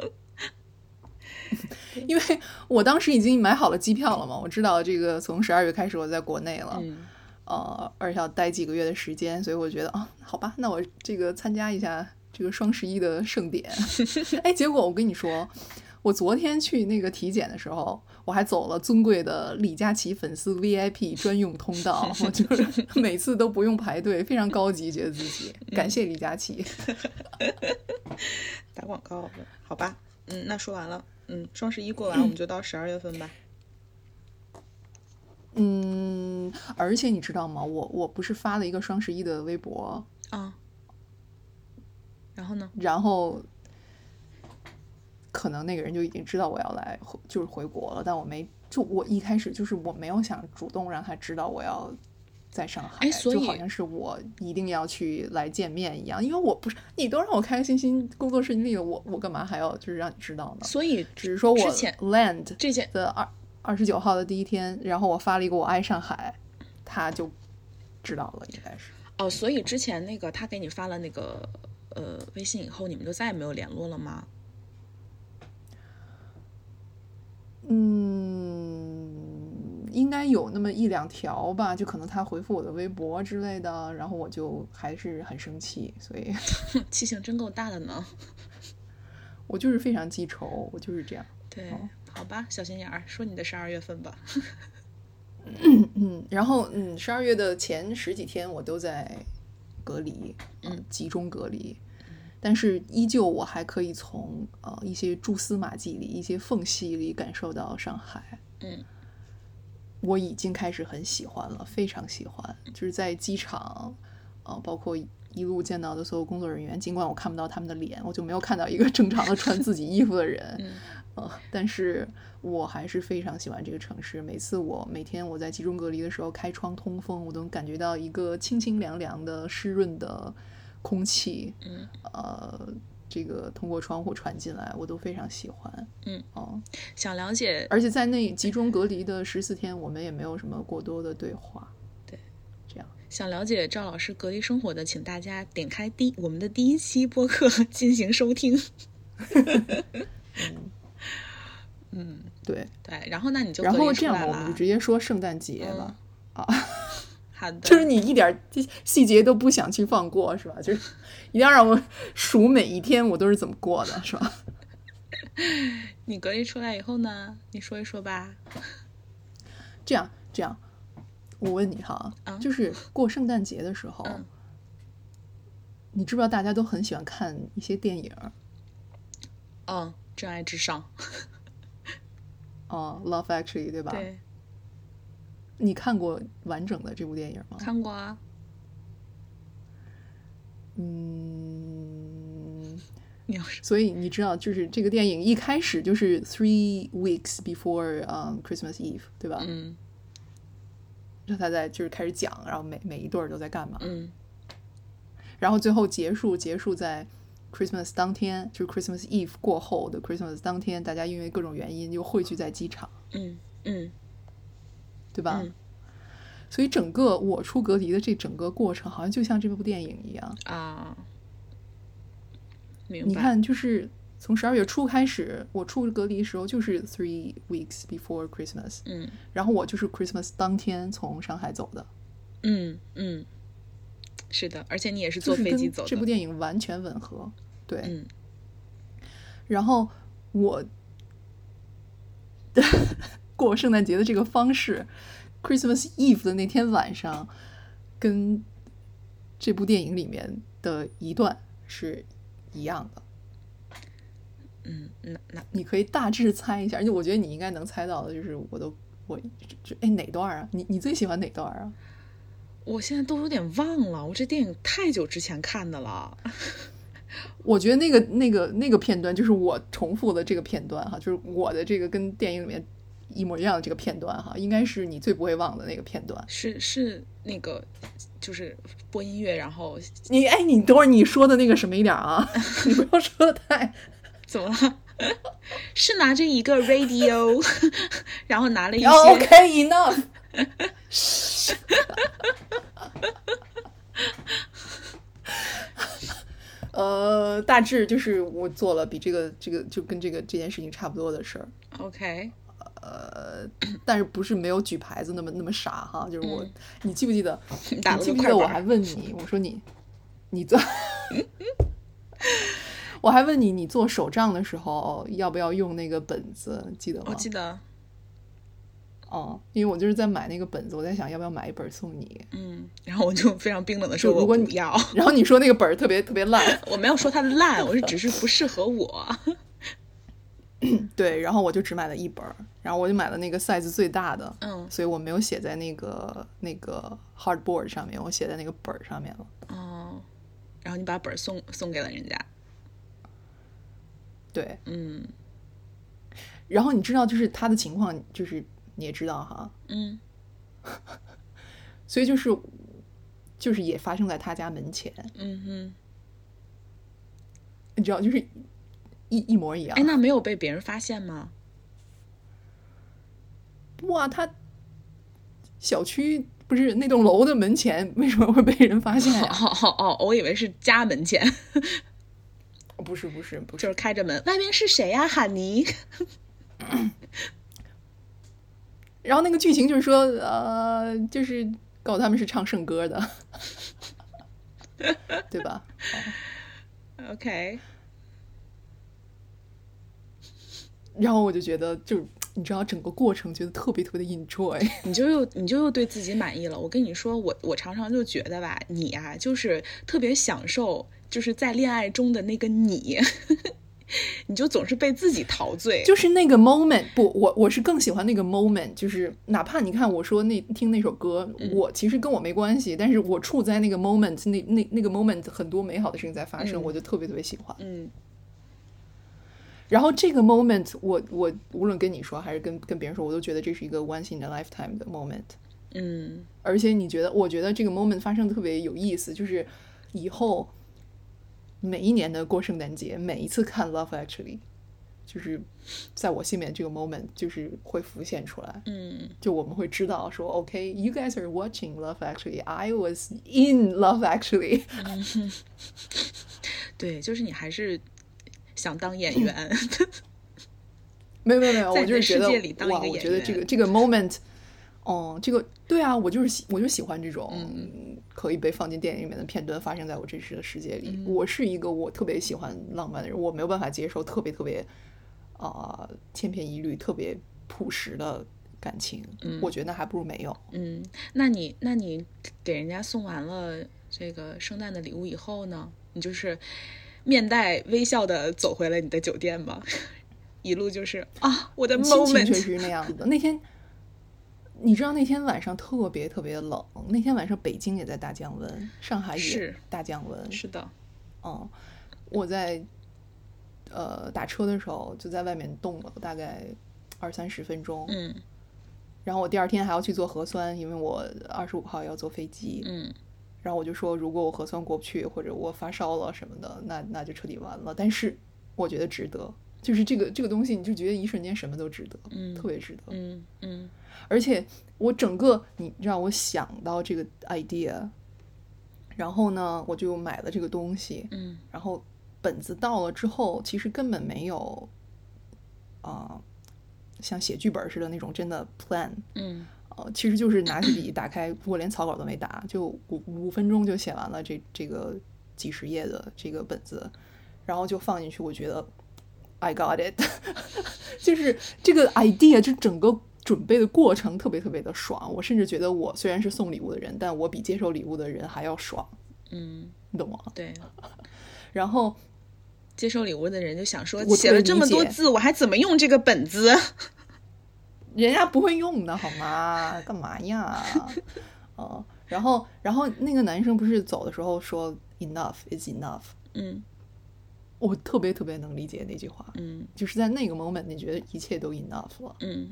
S1: 因为我当时已经买好了机票了嘛，我知道这个从12月开始我在国内了，而且要待几个月的时间，所以我觉得好吧，那我这个参加一下这个双11的盛典。哎，结果我跟你说，我昨天去那个体检的时候，我还走了尊贵的李佳琦粉丝 VIP 专用通道，我就是每次都不用排队，非常高级，觉得自己感谢李佳琦。
S2: 打广告好吧，那说完了，双11过完我们就到12月份吧。
S1: 而且你知道吗？我不是发了一个双11的微博
S2: 啊，然后呢？
S1: 然后可能那个人就已经知道我要来，就是回国了，但我一开始就是我没有想主动让他知道我要在上海，
S2: 所以
S1: 就好像是我一定要去来见面一样，因为我不是你都让我开开心心工作顺利了，我干嘛还要就是让你知道呢？
S2: 所以
S1: 只是说我 land
S2: 这件
S1: 的29号的第一天，然后我发了一个我爱上海，他就知道了，应该是。
S2: 所以之前那个他给你发了那个微信以后，你们就再也没有联络了吗？
S1: 应该有那么1-2条吧，就可能他回复我的微博之类的，然后我就还是很生气，所以
S2: 气性真够大的呢。
S1: 我就是非常记仇，我就是这样。
S2: 对，好吧，小心眼儿，说你的12月份吧。
S1: 然后12月的前10几天我都在隔离，集中隔离，但是依旧我还可以从一些蛛丝马迹里、一些缝隙里感受到上海。我已经开始很喜欢了，非常喜欢，就是在机场包括一路见到的所有工作人员，尽管我看不到他们的脸，我就没有看到一个正常的穿自己衣服的人。但是我还是非常喜欢这个城市，每天我在集中隔离的时候开窗通风，我都能感觉到一个清清凉凉的湿润的空气，这个通过窗户传进来，我都非常喜欢。
S2: 想了解，
S1: 而且在那集中隔离的14天，我们也没有什么过多的对话。
S2: 对，
S1: 这样
S2: 想了解赵老师隔离生活的，请大家点开我们的第1期播客进行收听。
S1: 对，
S2: 然后那你就
S1: 然后这样吧，我们就直接说圣诞节吧。
S2: 好的，
S1: 就是你一点细节都不想去放过，是吧？就是一定要让我数每一天我都是怎么过的，是吧？
S2: 你隔离出来以后呢？你说一说吧。
S1: 这样，我问你哈，就是过圣诞节的时候，你知不知道大家都很喜欢看一些电影？
S2: 真爱至上。
S1: Love Actually， 对吧？
S2: 对。
S1: 你看过完整的这部电影吗？
S2: 看过啊。
S1: 所以你知道，就是这个电影一开始就是 3 weeks before Christmas Eve， 对吧？然后他在就是开始讲，然后每一对都在干嘛？然后最后结束在 Christmas 当天，就是 Christmas Eve 过后的 Christmas 当天，大家因为各种原因又汇聚在机场。 对吧？所以整个我出隔离的这整个过程好像就像这部电影一样
S2: 啊。明白。
S1: 你看，就是从12月初开始，我出隔离的时候就是 3 weeks before Christmas， 然后我就是 Christmas 当天从上海走的。
S2: 是的，而且你也是坐飞机走的，
S1: 这部电影完全吻合。对，然后我过圣诞节的这个方式 Christmas Eve 的那天晚上跟这部电影里面的一段是一样的。
S2: 那
S1: 你可以大致猜一下，而且我觉得你应该能猜到的，就是哪段啊？你最喜欢哪段啊？
S2: 我现在都有点忘了，我这电影太久之前看的了。
S1: 我觉得那个片段就是我重复的这个片段哈，就是我的这个跟电影里面一模一样的这个片段哈，应该是你最不会忘的那个片段。
S2: 是那个就是播音乐，然后
S1: 你等会儿你说的那个什么一点啊？你不要说的太
S2: 怎么了？是拿着一个 radio， 然后拿了一些。
S1: OK enough 。大致就是我做了比这个就跟这件事情差不多的事儿。
S2: OK。
S1: 但是不是没有举牌子那么傻哈？就是你记不记得？你记不记得我还问你，我说你做，我还问你做手账的时候要不要用那个本子，记得吗？
S2: 我记得。
S1: 因为我就是在买那个本子，我在想要不要买一本送你。
S2: 然后我就非常冰冷的说我不要。
S1: 然后你说那个本特别特别烂。
S2: 我没有说它烂，我只是不适合我。
S1: 对，然后我就只买了一本，然后我就买了那个 size 最大的，所以我没有写在那个 hardboard 上面，我写在那个本上面了。
S2: 然后你把本送给了人家。
S1: 对，然后你知道，就是他的情况，就是你也知道哈，所以就是也发生在他家门前，你知道，就是一模一样。
S2: 那没有被别人发现吗？
S1: 哇，他小区不是那栋楼的门前，为什么会被人发现呀？
S2: 我以为是家门前。
S1: 不是，
S2: 就是开着门，外面是谁呀？哈尼。
S1: 然后那个剧情就是说，就是告诉他们是唱圣歌的，对吧
S2: ？OK。
S1: 然后我就觉得，就你知道，整个过程觉得特别特别的 enjoy，
S2: 你就又对自己满意了。我跟你说，我常常就觉得吧，你啊，就是特别享受，就是在恋爱中的那个你。你就总是被自己陶醉，
S1: 就是那个 moment。 不，我是更喜欢那个 moment， 就是哪怕你看我说听那首歌，我其实跟我没关系，但是我处在那个 moment， 那个 moment 很多美好的事情在发生，我就特别特别喜欢。然后这个 moment 我无论跟你说还是跟别人说，我都觉得这是一个 once in a lifetime 的 moment。而且我觉得这个 moment 发生的特别有意思，就是以后每一年的过圣诞节，每一次看 Love Actually， 就是在我心里面这个 moment 就是会浮现出来。就我们会知道说 OK you guys are watching Love Actually, I was in Love Actually。
S2: 对，就是你还是想当演员。
S1: 没有，我就是觉得
S2: 哇，
S1: 我觉得这个 moment， 这个对啊，我就喜欢这种可以被放进电影里面的片段发生在我真实的世界里。我是一个特别喜欢浪漫的人，我没有办法接受特别特别千篇一律、特别朴实的感情。我觉得那还不如没有。
S2: 那你给人家送完了这个圣诞的礼物以后呢，你就是面带微笑的走回了你的酒店吗？一路就是我的 moment。
S1: 心情确实是那样的。那天你知道那天晚上特别特别冷，那天晚上北京也在大降温，上海也大降温。
S2: 是的。
S1: 我在打车的时候就在外面冻了大概20-30分钟。然后我第二天还要去做核酸，因为我25号要坐飞机。然后我就说如果我核酸过不去或者我发烧了什么的，那就彻底完了，但是我觉得值得。 就是这个东西，你就觉得一瞬间什么都值得，特别值得。而且我整个你让我想到这个 idea， 然后呢，我就买了这个东西，然后本子到了之后，其实根本没有像写剧本似的那种真的 plan，其实就是拿起笔打开，我连草稿都没打，就5分钟就写完了这个几十页的这个本子，然后就放进去。我觉得 I got it 就是这个 idea， 就整个准备的过程特别特别的爽。我甚至觉得我虽然是送礼物的人，但我比接受礼物的人还要爽。你懂吗？
S2: 对。
S1: 然后
S2: 接受礼物的人就想说，写了这么多字，我还怎么用这个本子？
S1: 人家不会用的好吗？干嘛呀？然后那个男生不是走的时候说 enough is enough， 我特别特别能理解那句话，就是在那个 moment 你觉得一切都 enough 了，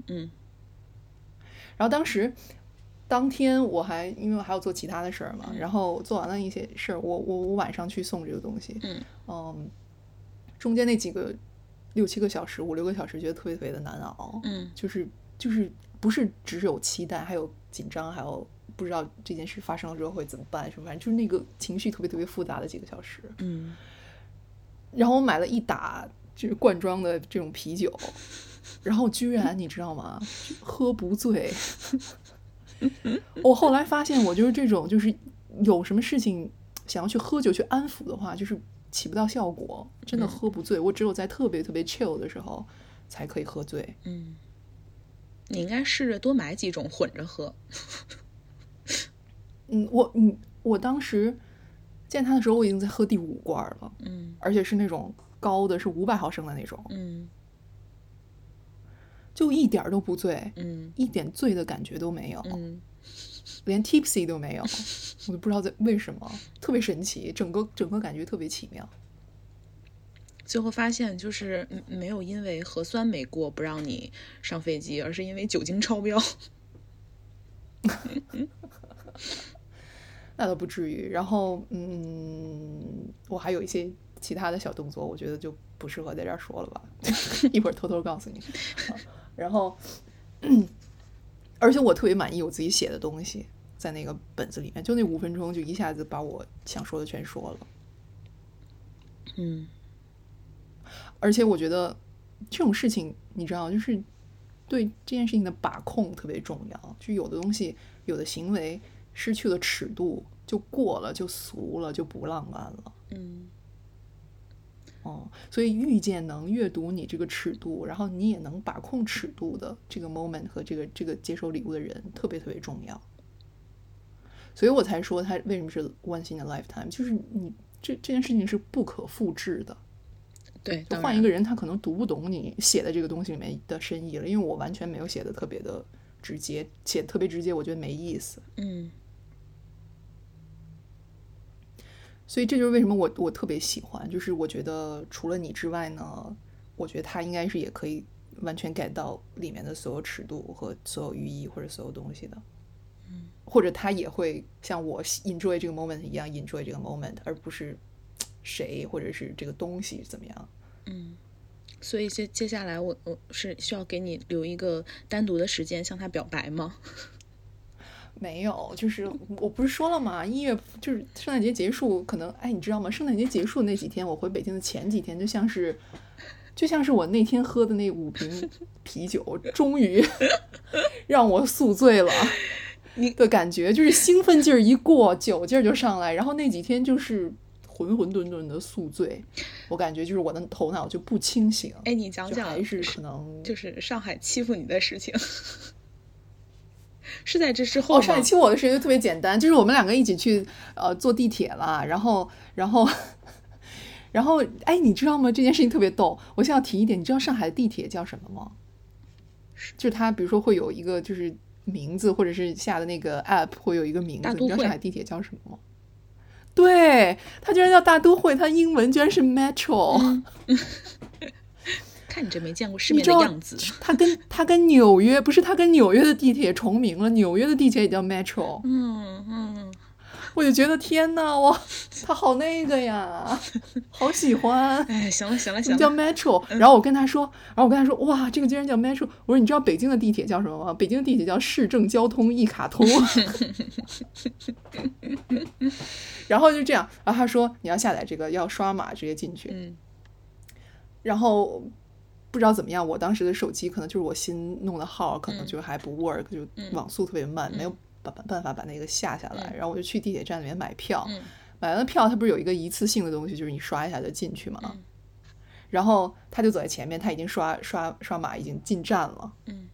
S1: 然后当天我还因为我还要做其他的事儿嘛，然后做完了一些事儿，我晚上去送这个东西，中间那几个6-7个小时5-6个小时觉得特别特别的难熬，就是不是只有期待，还有紧张，还有不知道这件事发生了之后会怎么办什么，反正就是那个情绪特别特别复杂的几个小时。然后我买了一打就是罐装的这种啤酒，然后居然你知道吗，喝不醉。我后来发现我就是这种，就是有什么事情想要去喝酒去安抚的话，就是起不到效果，真的喝不醉。我只有在特别特别 chill 的时候才可以喝醉。
S2: 你应该试着多买几种混着喝。
S1: 我当时见他的时候，我已经在喝第5罐了，而且是那种高的，是500毫升的那种，就一点都不醉，一点醉的感觉都没有，连 tipsy 都没有，我都不知道为什么，特别神奇，整个感觉特别奇妙。
S2: 最后发现就是没有因为核酸没过不让你上飞机，而是因为酒精超标。
S1: 那倒不至于。然后我还有一些其他的小动作，我觉得就不适合在这儿说了吧，一会儿偷偷告诉你。然后而且我特别满意我自己写的东西，在那个本子里面，就那5分钟就一下子把我想说的全说了。而且我觉得这种事情你知道，就是对这件事情的把控特别重要，就有的东西有的行为失去了尺度就过了，就俗了，就不浪漫了。所以遇见能阅读你这个尺度，然后你也能把控尺度的这个 moment 和这个接受礼物的人特别特别重要。所以我才说他为什么是 once in a lifetime， 就是你这件事情是不可复制的。
S2: 对，
S1: 就换一个人他可能读不懂你写的这个东西里面的深意了，因为我完全没有写的特别的直接，写特别直接我觉得没意思。所以这就是为什么我特别喜欢，就是我觉得除了你之外呢，我觉得他应该是也可以完全 get 到里面的所有尺度和所有寓意或者所有东西的。或者他也会像我 enjoy 这个 moment 一样 enjoy 这个 moment， 而不是谁或者是这个东西怎么样。
S2: 所以接下来我是需要给你留一个单独的时间向他表白吗？
S1: 没有，就是我不是说了吗？1月就是圣诞节结束，可能你知道吗？圣诞节结束那几天，我回北京的前几天，就像是我那天喝的那5瓶啤酒，终于让我宿醉了的感觉，就是兴奋劲儿一过，酒劲儿就上来，然后那几天就是浑浑沌沌的宿醉，我感觉就是我的头脑就不清醒。
S2: 你讲讲，
S1: 还是可能
S2: 就是上海欺负你的事情。是在这之后吗？
S1: 上海欺负我的事情就特别简单，就是我们2个一起去坐地铁了，然后你知道吗？这件事情特别逗。我现在要提一点，你知道上海地铁叫什么吗？就是它比如说会有一个就是名字，或者是下的那个 app 会有一个名字，你知道上海地铁叫什么吗？对，它居然叫大都会，它英文居然是 metro。
S2: 看你这没见过世面的样子。
S1: 它跟纽约不是，它跟纽约的地铁重名了，纽约的地铁也叫 metro。 我就觉得天哪，哇，他好那个呀，好喜欢。
S2: 哎，行了，
S1: 叫 Metro。然后我跟他说，哇，这个竟然叫 Metro。我说你知道北京的地铁叫什么吗？北京的地铁叫市政交通一卡通。然后就这样，然后他说你要下载这个，要刷码直接进去。然后不知道怎么样，我当时的手机可能就是我新弄的号，可能就还不 work，就网速特别慢，没有办法把那个下下来。然后我就去地铁站里面买票，买完了票，它不是有一个一次性的东西，就是你刷一下就进去嘛。然后他就走在前面，他已经刷码，已经进站了。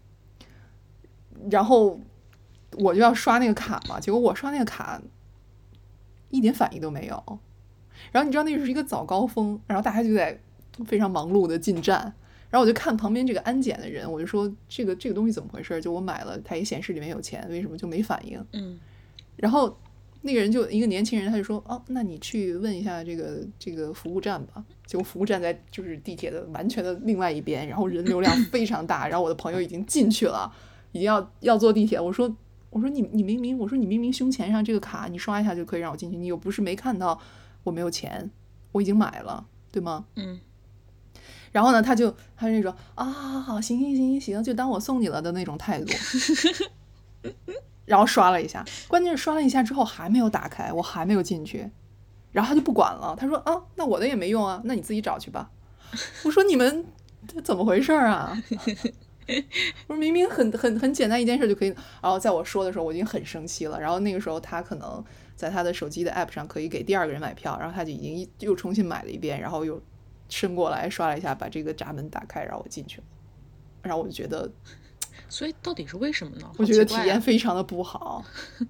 S1: 然后我就要刷那个卡嘛，结果我刷那个卡一点反应都没有。然后你知道那是一个早高峰，然后大家就在非常忙碌的进站。然后我就看旁边这个安检的人，我就说这个东西怎么回事？就我买了，它也显示里面有钱，为什么就没反应？然后那个人就一个年轻人，他就说哦，那你去问一下这个服务站吧。结果服务站在就是地铁的完全的另外一边，然后人流量非常大。然后我的朋友已经进去了，已经要坐地铁。我说你明明胸前上这个卡，你刷一下就可以让我进去，你又不是没看到我没有钱，我已经买了，对吗？然后呢，他就那种啊，好，行，就当我送你了的那种态度。然后刷了一下，关键是刷了一下之后还没有打开，我还没有进去。然后他就不管了，他说啊，那我的也没用啊，那你自己找去吧。我说你们怎么回事啊？我说明明很简单一件事就可以。然后在我说的时候，我已经很生气了。然后那个时候他可能在他的手机的 app 上可以给第二个人买票，然后他就已经又重新买了一遍，然后又伸过来刷了一下，把这个闸门打开，然后我进去了。然后我就觉得，
S2: 所以到底是为什么呢？
S1: 我觉得体验非常的不好。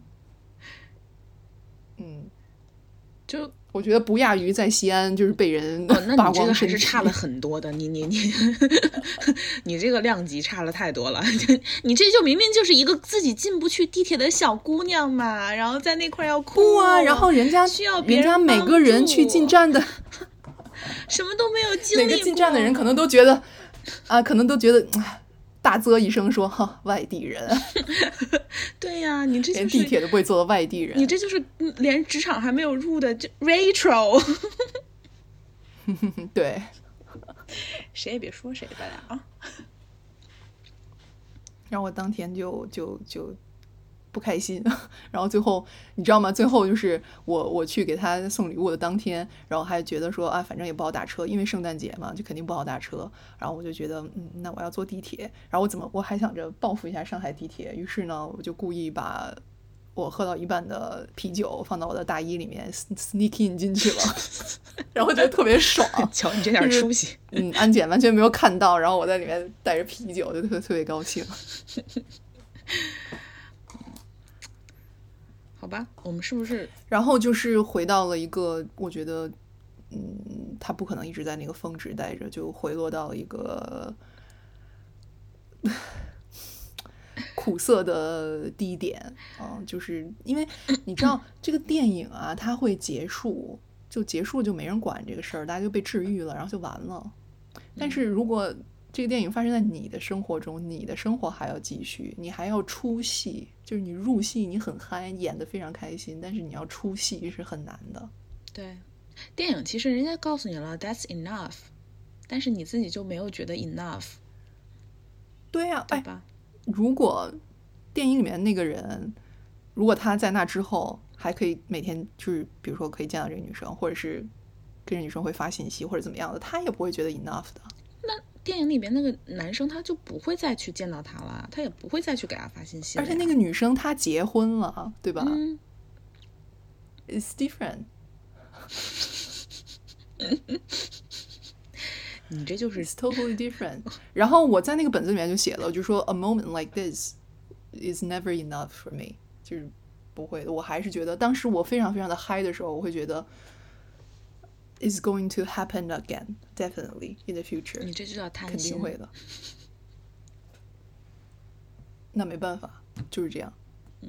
S2: 就
S1: 我觉得不亚于在西安就是被人
S2: 那你这个还是差了很多的。你你这个量级差了太多了。你这就明明就是一个自己进不去地铁的小姑娘嘛，然后在那块要哭。
S1: 不啊，然后人家
S2: 需要别人
S1: 每个人去进站的。
S2: 什么都没有经历过，
S1: 每个进站的人可能都觉得大啧一声说哈，外地人。
S2: 对呀，你这
S1: 连地铁都不会坐的外地人，
S2: 你这就是连职场还没有入的retro。
S1: 对，
S2: 谁也别说谁，大家啊。
S1: 然后我当天就不开心。然后最后你知道吗？最后就是我去给他送礼物的当天，然后还觉得说啊，反正也不好打车，因为圣诞节嘛，就肯定不好打车。然后我就觉得那我要坐地铁。然后我还想着报复一下上海地铁，于是呢我就故意把我喝到一半的啤酒放到我的大衣里面 sneak in 进去了。然后觉得特别爽。
S2: 瞧你这点出息。
S1: 安检完全没有看到，然后我在里面带着啤酒，就特别高兴。
S2: 好吧，我们是不是
S1: 然后就是回到了一个我觉得他不可能一直在那个峰值待着，就回落到一个苦涩的低点。就是因为你知道这个电影啊，它会结束就没人管这个事儿，大家就被治愈了，然后就完了。但是如果这个电影发生在你的生活中，你的生活还要继续，你还要出戏，就是你入戏你很嗨，演得非常开心，但是你要出戏是很难的。
S2: 对，电影其实人家告诉你了 that's enough， 但是你自己就没有觉得 enough。
S1: 对呀，
S2: 对吧？
S1: 如果电影里面那个人，如果他在那之后还可以每天就是比如说可以见到这个女生，或者是跟这女生会发信息或者怎么样的，他也不会觉得 enough 的。
S2: 那电影里边那个男生他就不会再去见到她了，他也不会再去给她发信息了。
S1: 而且那个女生她结婚了，对吧？It's different。
S2: 你这就是
S1: It's totally different。然后我在那个本子里面就写了，就说 A moment like this is never enough for me， 就是不会的。我还是觉得当时我非常非常的嗨的时候，我会觉得Is going to happen again, definitely in the future。
S2: 你这就叫贪心，
S1: 肯定会的。那没办法，就是这样。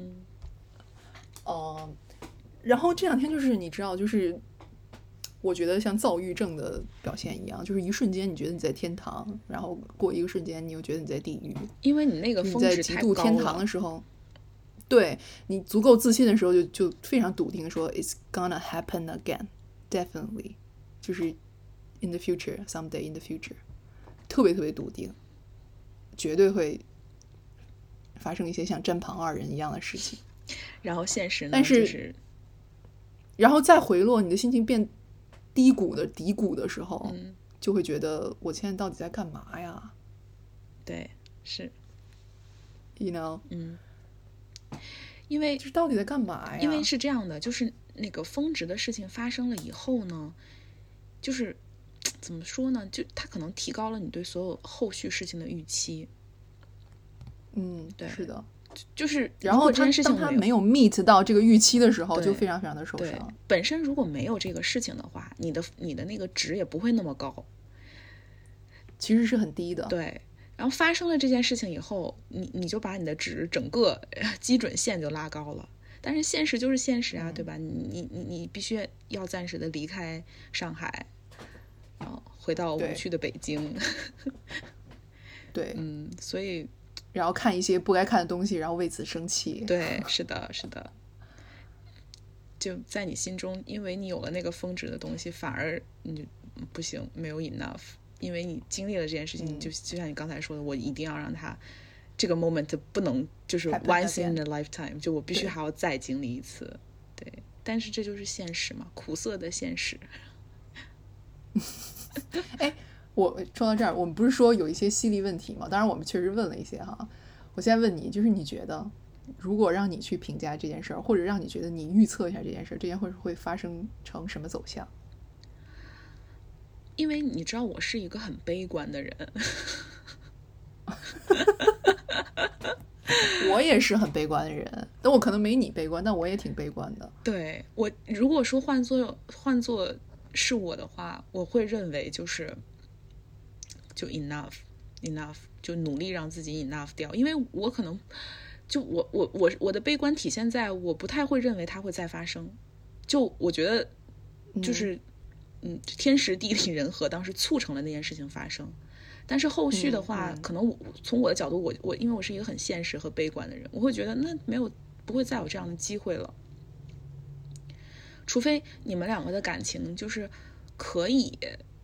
S1: 然后这两天就是你知道，就是我觉得像躁郁症的表现一样，就是一瞬间你觉得你在天堂，然后过一个瞬间你又觉得你在地狱。
S2: 因为你那个峰值太高了。
S1: 你在极度天堂的时候， 对，你足够自信的时候就非常笃定说 it's gonna happen again definitely， 就是 in the future someday in the future， 特别特别笃定，绝对会发生一些像詹庞二人一样的事情。
S2: 然后现实呢，
S1: 但是、
S2: 就是、
S1: 然后再回落，你的心情变低谷的时候、就会觉得我现在到底在干嘛呀？
S2: 对，是
S1: you know，
S2: 因为
S1: 就是到底在干嘛呀？
S2: 因为是这样的，就是那个峰值的事情发生了以后呢，就是怎么说呢，就它可能提高了你对所有后续事情的预期。
S1: 对，是的。
S2: 就是
S1: 然后
S2: 这件事情
S1: 当他没有 meet 到这个预期的时候，就非常非常的受伤。
S2: 本身如果没有这个事情的话，你的那个值也不会那么高，
S1: 其实是很低的。
S2: 对，然后发生了这件事情以后，你就把你的值整个基准线就拉高了。但是现实就是现实啊，对吧？你必须要暂时的离开上海，然后回到无趣的北京。
S1: 对，
S2: 所以。
S1: 然后看一些不该看的东西，然后为此生气。
S2: 对，是的，是的。就在你心中，因为你有了那个峰值的东西，反而你不行，没有 enough。因为你经历了这件事情，就像你刚才说的，我一定要让它这个 moment 不能就是 once in a lifetime， 就我必须还要再经历一次。对，但是这就是现实嘛，苦涩的现实。
S1: 哎。我说到这儿，我们不是说有一些犀利问题吗？当然我们确实问了一些哈。我现在问你，就是你觉得如果让你去评价这件事儿，或者让你觉得你预测一下这件事儿，这件会发生成什么走向？
S2: 因为你知道我是一个很悲观的人。
S1: 我也是很悲观的人，但我可能没你悲观，但我也挺悲观的。
S2: 对，我如果说换作是我的话，我会认为就 enough， 就努力让自己 enough 掉，因为我可能就我的悲观体现在我不太会认为它会再发生，就我觉得就是天时地利人和当时促成了那件事情发生，但是后续的话，可能从我的角度，我因为我是一个很现实和悲观的人，我会觉得那不会再有这样的机会了，除非你们两个的感情就是可以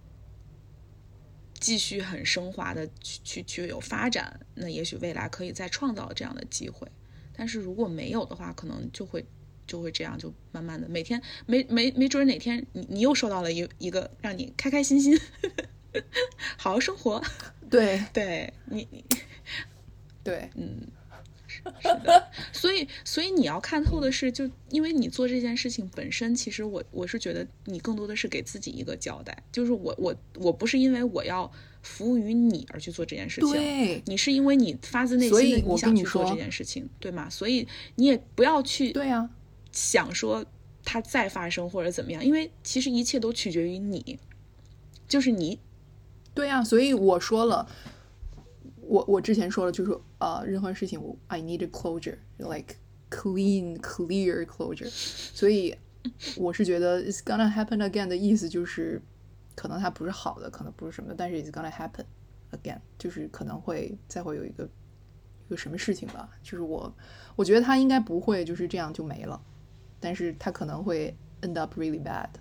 S2: 继续很升华的去有发展，那也许未来可以再创造这样的机会。但是如果没有的话，可能就会这样，就慢慢的每天没准哪天你又收到了一个让你开开心心好好生活。
S1: 对
S2: 你
S1: 对
S2: 是的，所以你要看透的是，就因为你做这件事情本身，其实我是觉得你更多的是给自己一个交代，就是我不是因为我要服务于你而去做这件事情，
S1: 对，
S2: 你是因为你发自内心的你想去做这件事情，对吗？所以你也不要去想说它再发生或者怎么样，因为其实一切都取决于你，就是你。
S1: 对啊，所以我说了。我之前说了，就是任何事情I need a closure, like clear closure。所以我是觉得 it's gonna happen again 的意思就是，可能它不是好的，可能不是什么，但是 it's gonna happen again， 就是可能再会有一个什么事情吧。就是我觉得它应该不会就是这样就没了，但是它可能会 end up really bad。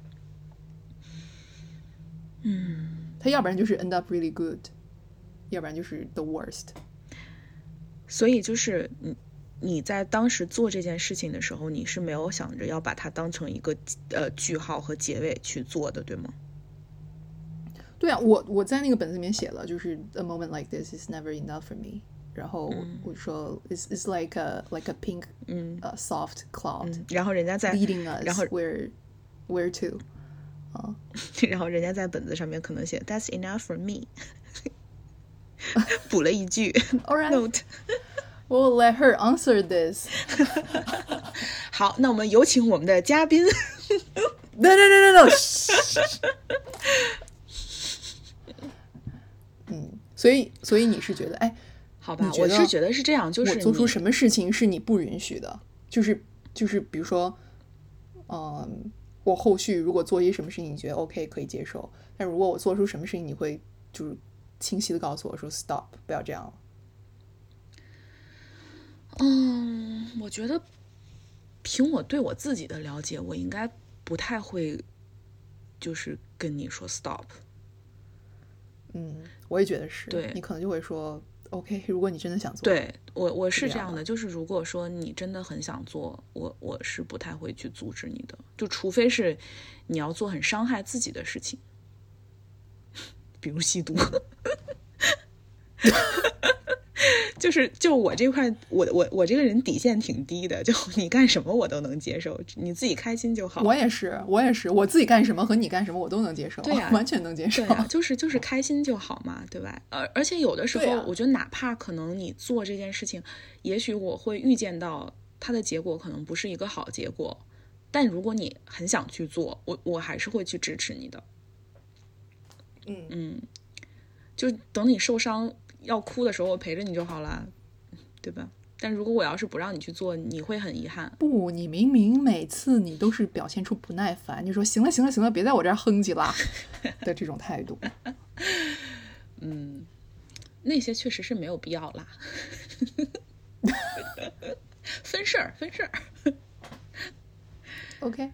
S1: 它要不然就是 end up really good。要不然就是 the worst。
S2: 所以就是你在当时做这件事情的时候，你是没有想着要把它当成一个句号和结尾去做的，对吗？
S1: 对啊，我在那个本子里面写了，就是 a moment like this is never enough for me。然后我说 it's like a pink soft cloud，
S2: 然后人家在
S1: leading us，
S2: 然后
S1: where to，
S2: 然后人家在本子上面可能写 that's enough for me。补了一句
S1: Alright.
S2: note.
S1: We'll let her answer this.
S2: 好，那我们有请我们的嘉宾。
S1: No. 所以你是觉得，哎，
S2: 好吧，我是觉得是这样，就是
S1: 我做出什么事情是你不允许的，就是比如说，我后续如果做一些什么事情，你觉得 OK 可以接受，但如果我做出什么事情，你会就是清晰的告诉我说 stop， 不要这样了。
S2: 我觉得凭我对我自己的了解，我应该不太会就是跟你说 stop。
S1: 我也觉得是。
S2: 对，
S1: 你可能就会说 OK， 如果你真的想做。
S2: 对，我是这样的，就是如果说你真的很想做，我是不太会去阻止你的，就除非是你要做很伤害自己的事情，比如吸毒。就我这块，我这个人底线挺低的，就你干什么我都能接受，你自己开心就好。
S1: 我也是，我自己干什么和你干什么我都能接受。
S2: 对呀，
S1: 完全能接受。
S2: 对呀，就是开心就好嘛，对吧？而且有的时候，我觉得哪怕可能你做这件事情，也许我会预见到它的结果可能不是一个好结果，但如果你很想去做，我还是会去支持你的。就等你受伤要哭的时候，我陪着你就好了，对吧？但如果我要是不让你去做，你会很遗憾。
S1: 不，你明明每次你都是表现出不耐烦，你说行了行了行了，别在我这儿哼唧了的这种态度。
S2: 那些确实是没有必要啦。分事儿。
S1: OK。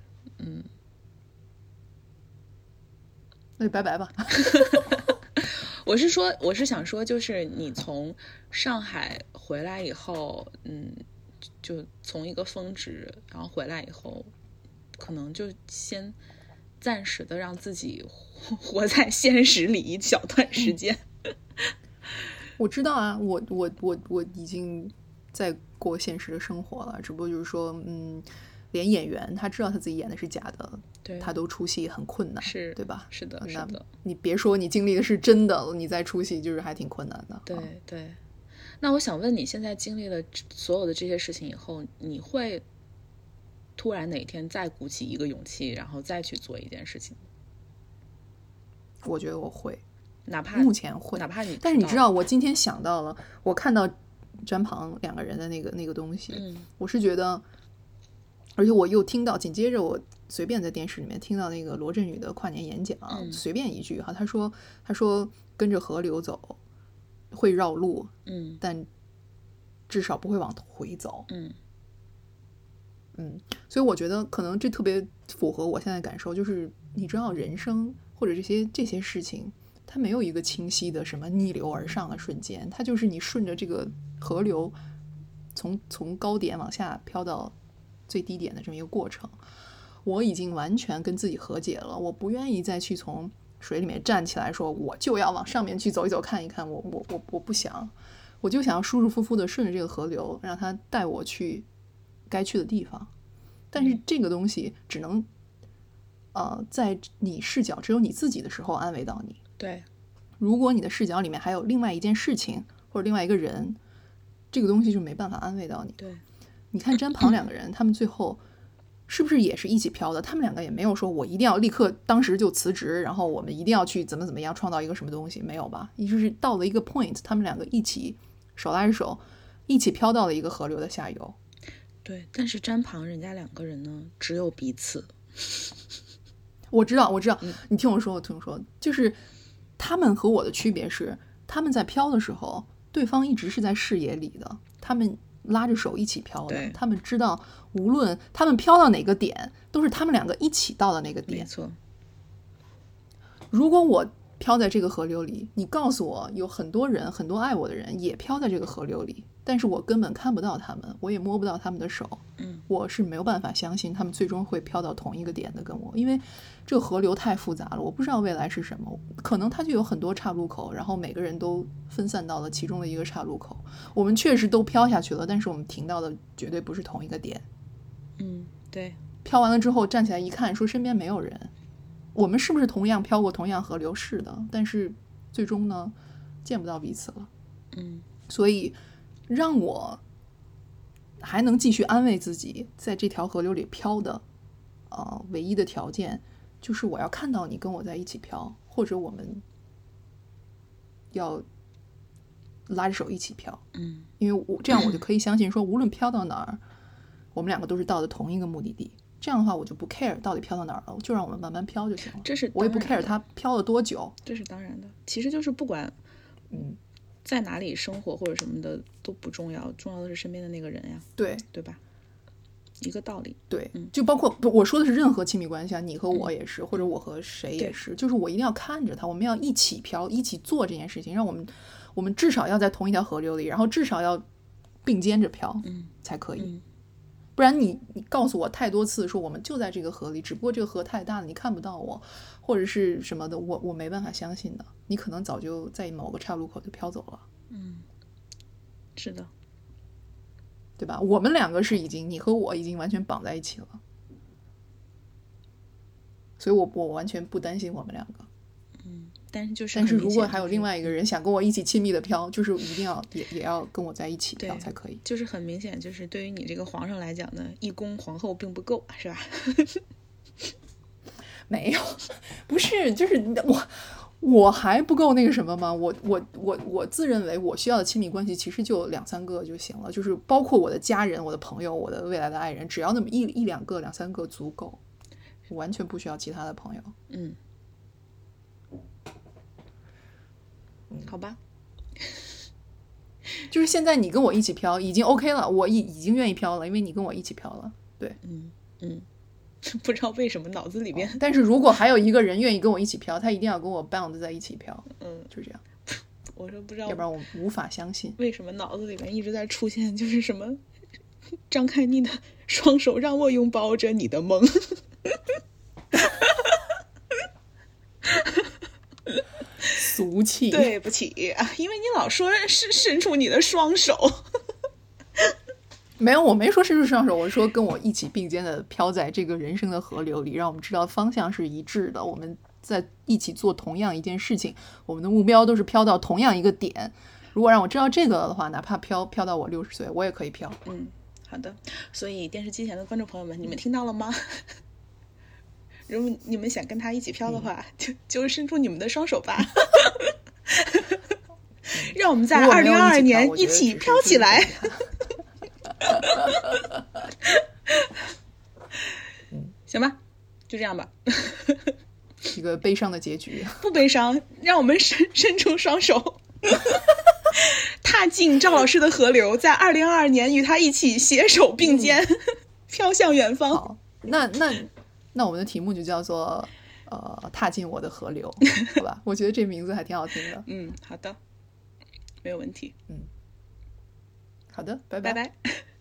S1: 那就拜拜吧。
S2: 我是想说，就是你从上海回来以后，就从一个峰值，然后回来以后，可能就先暂时的让自己活在现实里一小段时间。
S1: 我知道啊，我已经在过现实的生活了，只不过就是说，连演员他知道他自己演的是假的，
S2: 对，
S1: 他都出戏很困难，
S2: 是，
S1: 对吧？
S2: 是的，是的。
S1: 你别说你经历的是真的，你再出戏就是还挺困难的。
S2: 对对。那我想问你，现在经历了所有的这些事情以后，你会突然哪天再鼓起一个勇气，然后再去做一件事情？
S1: 我觉得我会，
S2: 哪怕
S1: 目前会，
S2: 哪怕你，
S1: 但是你知道，我今天想到了，我看到詹庞两个人的那个东西，我是觉得，而且我又听到，紧接着我随便在电视里面听到那个罗振宇的跨年演讲，随便一句哈，他说跟着河流走会绕路，但至少不会往回走，所以我觉得可能这特别符合我现在感受，就是你知道人生或者这些事情，它没有一个清晰的什么逆流而上的瞬间，它就是你顺着这个河流从高点往下飘到最低点的这么一个过程。我已经完全跟自己和解了，我不愿意再去从水里面站起来说我就要往上面去走一走看一看，我不想，我就想要舒舒服服的顺着这个河流，让它带我去该去的地方。但是这个东西只能在你视角只有你自己的时候安慰到你。
S2: 对，
S1: 如果你的视角里面还有另外一件事情或者另外一个人，这个东西就没办法安慰到你。
S2: 对，
S1: 你看詹庞两个人，他们最后是不是也是一起飘的？他们两个也没有说我一定要立刻当时就辞职，然后我们一定要去怎么样创造一个什么东西，没有吧？也就是到了一个 point， 他们两个一起手拉着手一起飘到了一个河流的下游。
S2: 对，但是詹庞人家两个人呢，只有彼此。
S1: 我知道，你听我说，就是他们和我的区别是，他们在飘的时候，对方一直是在视野里的，他们拉着手一起飘的，他们知道无论他们飘到哪个点，都是他们两个一起到的那个点。
S2: 没错。
S1: 如果我飘在这个河流里，你告诉我有很多人，很多爱我的人也飘在这个河流里，但是我根本看不到他们，我也摸不到他们的手，我是没有办法相信他们最终会飘到同一个点的跟我，因为这个河流太复杂了，我不知道未来是什么，可能它就有很多岔路口，然后每个人都分散到了其中的一个岔路口，我们确实都飘下去了，但是我们停到的绝对不是同一个点。
S2: 对。
S1: 飘完了之后站起来一看，说身边没有人，我们是不是同样飘过同样河流？是的，但是最终呢，见不到彼此了。所以让我还能继续安慰自己，在这条河流里飘的，唯一的条件就是我要看到你跟我在一起飘，或者我们要拉着手一起飘。因为这样我就可以相信说，无论飘到哪儿，我们两个都是到的同一个目的地。这样的话，我就不 care 到底飘到哪儿了，就让我们慢慢飘就行了。
S2: 这是
S1: 我也不 care 它飘了多久。
S2: 这是当然的。其实就是不管， 在哪里生活或者什么的都不重要，重要的是身边的那个人呀，
S1: 对
S2: 吧？一个道理。
S1: 对，就包括我说的是任何亲密关系啊，你和我也是，或者我和谁也是，就是我一定要看着他，我们要一起漂，一起做这件事情，让我们至少要在同一条河流里，然后至少要并肩着漂，才可以。不然你告诉我太多次说我们就在这个河里，只不过这个河太大了，你看不到我，或者是什么的，我没办法相信的。你可能早就在某个岔路口就飘走了。
S2: 是的，
S1: 对吧？我们两个是你和我已经完全绑在一起了，所以我完全不担心我们两个。
S2: 但
S1: 是如果还有另外一个人想跟我一起亲密的飘，就是一定要也要跟我在一起飘才可以。
S2: 就是很明显，就是对于你这个皇上来讲呢，一宫皇后并不够，是吧？
S1: 没有，不是，就是我还不够那个什么吗？我自认为我需要的亲密关系其实就2-3个就行了，就是包括我的家人、我的朋友、我的未来的爱人，只要那么一两个、2-3个足够，我完全不需要其他的朋友。
S2: 好吧，
S1: 就是现在你跟我一起飘已经 OK 了，我已经愿意飘了，因为你跟我一起飘了。对，
S2: 不知道为什么脑子里面，
S1: 但是如果还有一个人愿意跟我一起飘，他一定要跟我 bound 在一起飘。就这样。
S2: 我说不知道，
S1: 要不然我无法相信
S2: 为什么脑子里面一直在出现就是什么，张开你的双手，让我拥抱着你的梦。
S1: 俗气，
S2: 对不起，因为你老说是伸出你的双手。
S1: 没有，我没说伸出双手，我说跟我一起并肩的飘在这个人生的河流里，让我们知道方向是一致的，我们在一起做同样一件事情，我们的目标都是飘到同样一个点。如果让我知道这个的话，哪怕飘到我60岁，我也可以飘。
S2: 好的。所以电视机前的观众朋友们，你们听到了吗？如果你们想跟他一起飘的话，就伸出你们的双手吧。让我们在2022年一起飘起来。行吧，就这样吧。
S1: 一个悲伤的结局。
S2: 不悲伤，让我们伸出双手，踏进赵老师的河流，在2022年与他一起携手并肩，飘向远方。
S1: 好，那我们的题目就叫做踏进我的河流，好吧？我觉得这名字还挺好听的。
S2: 好的，没有问题。
S1: 好的，拜
S2: 拜拜。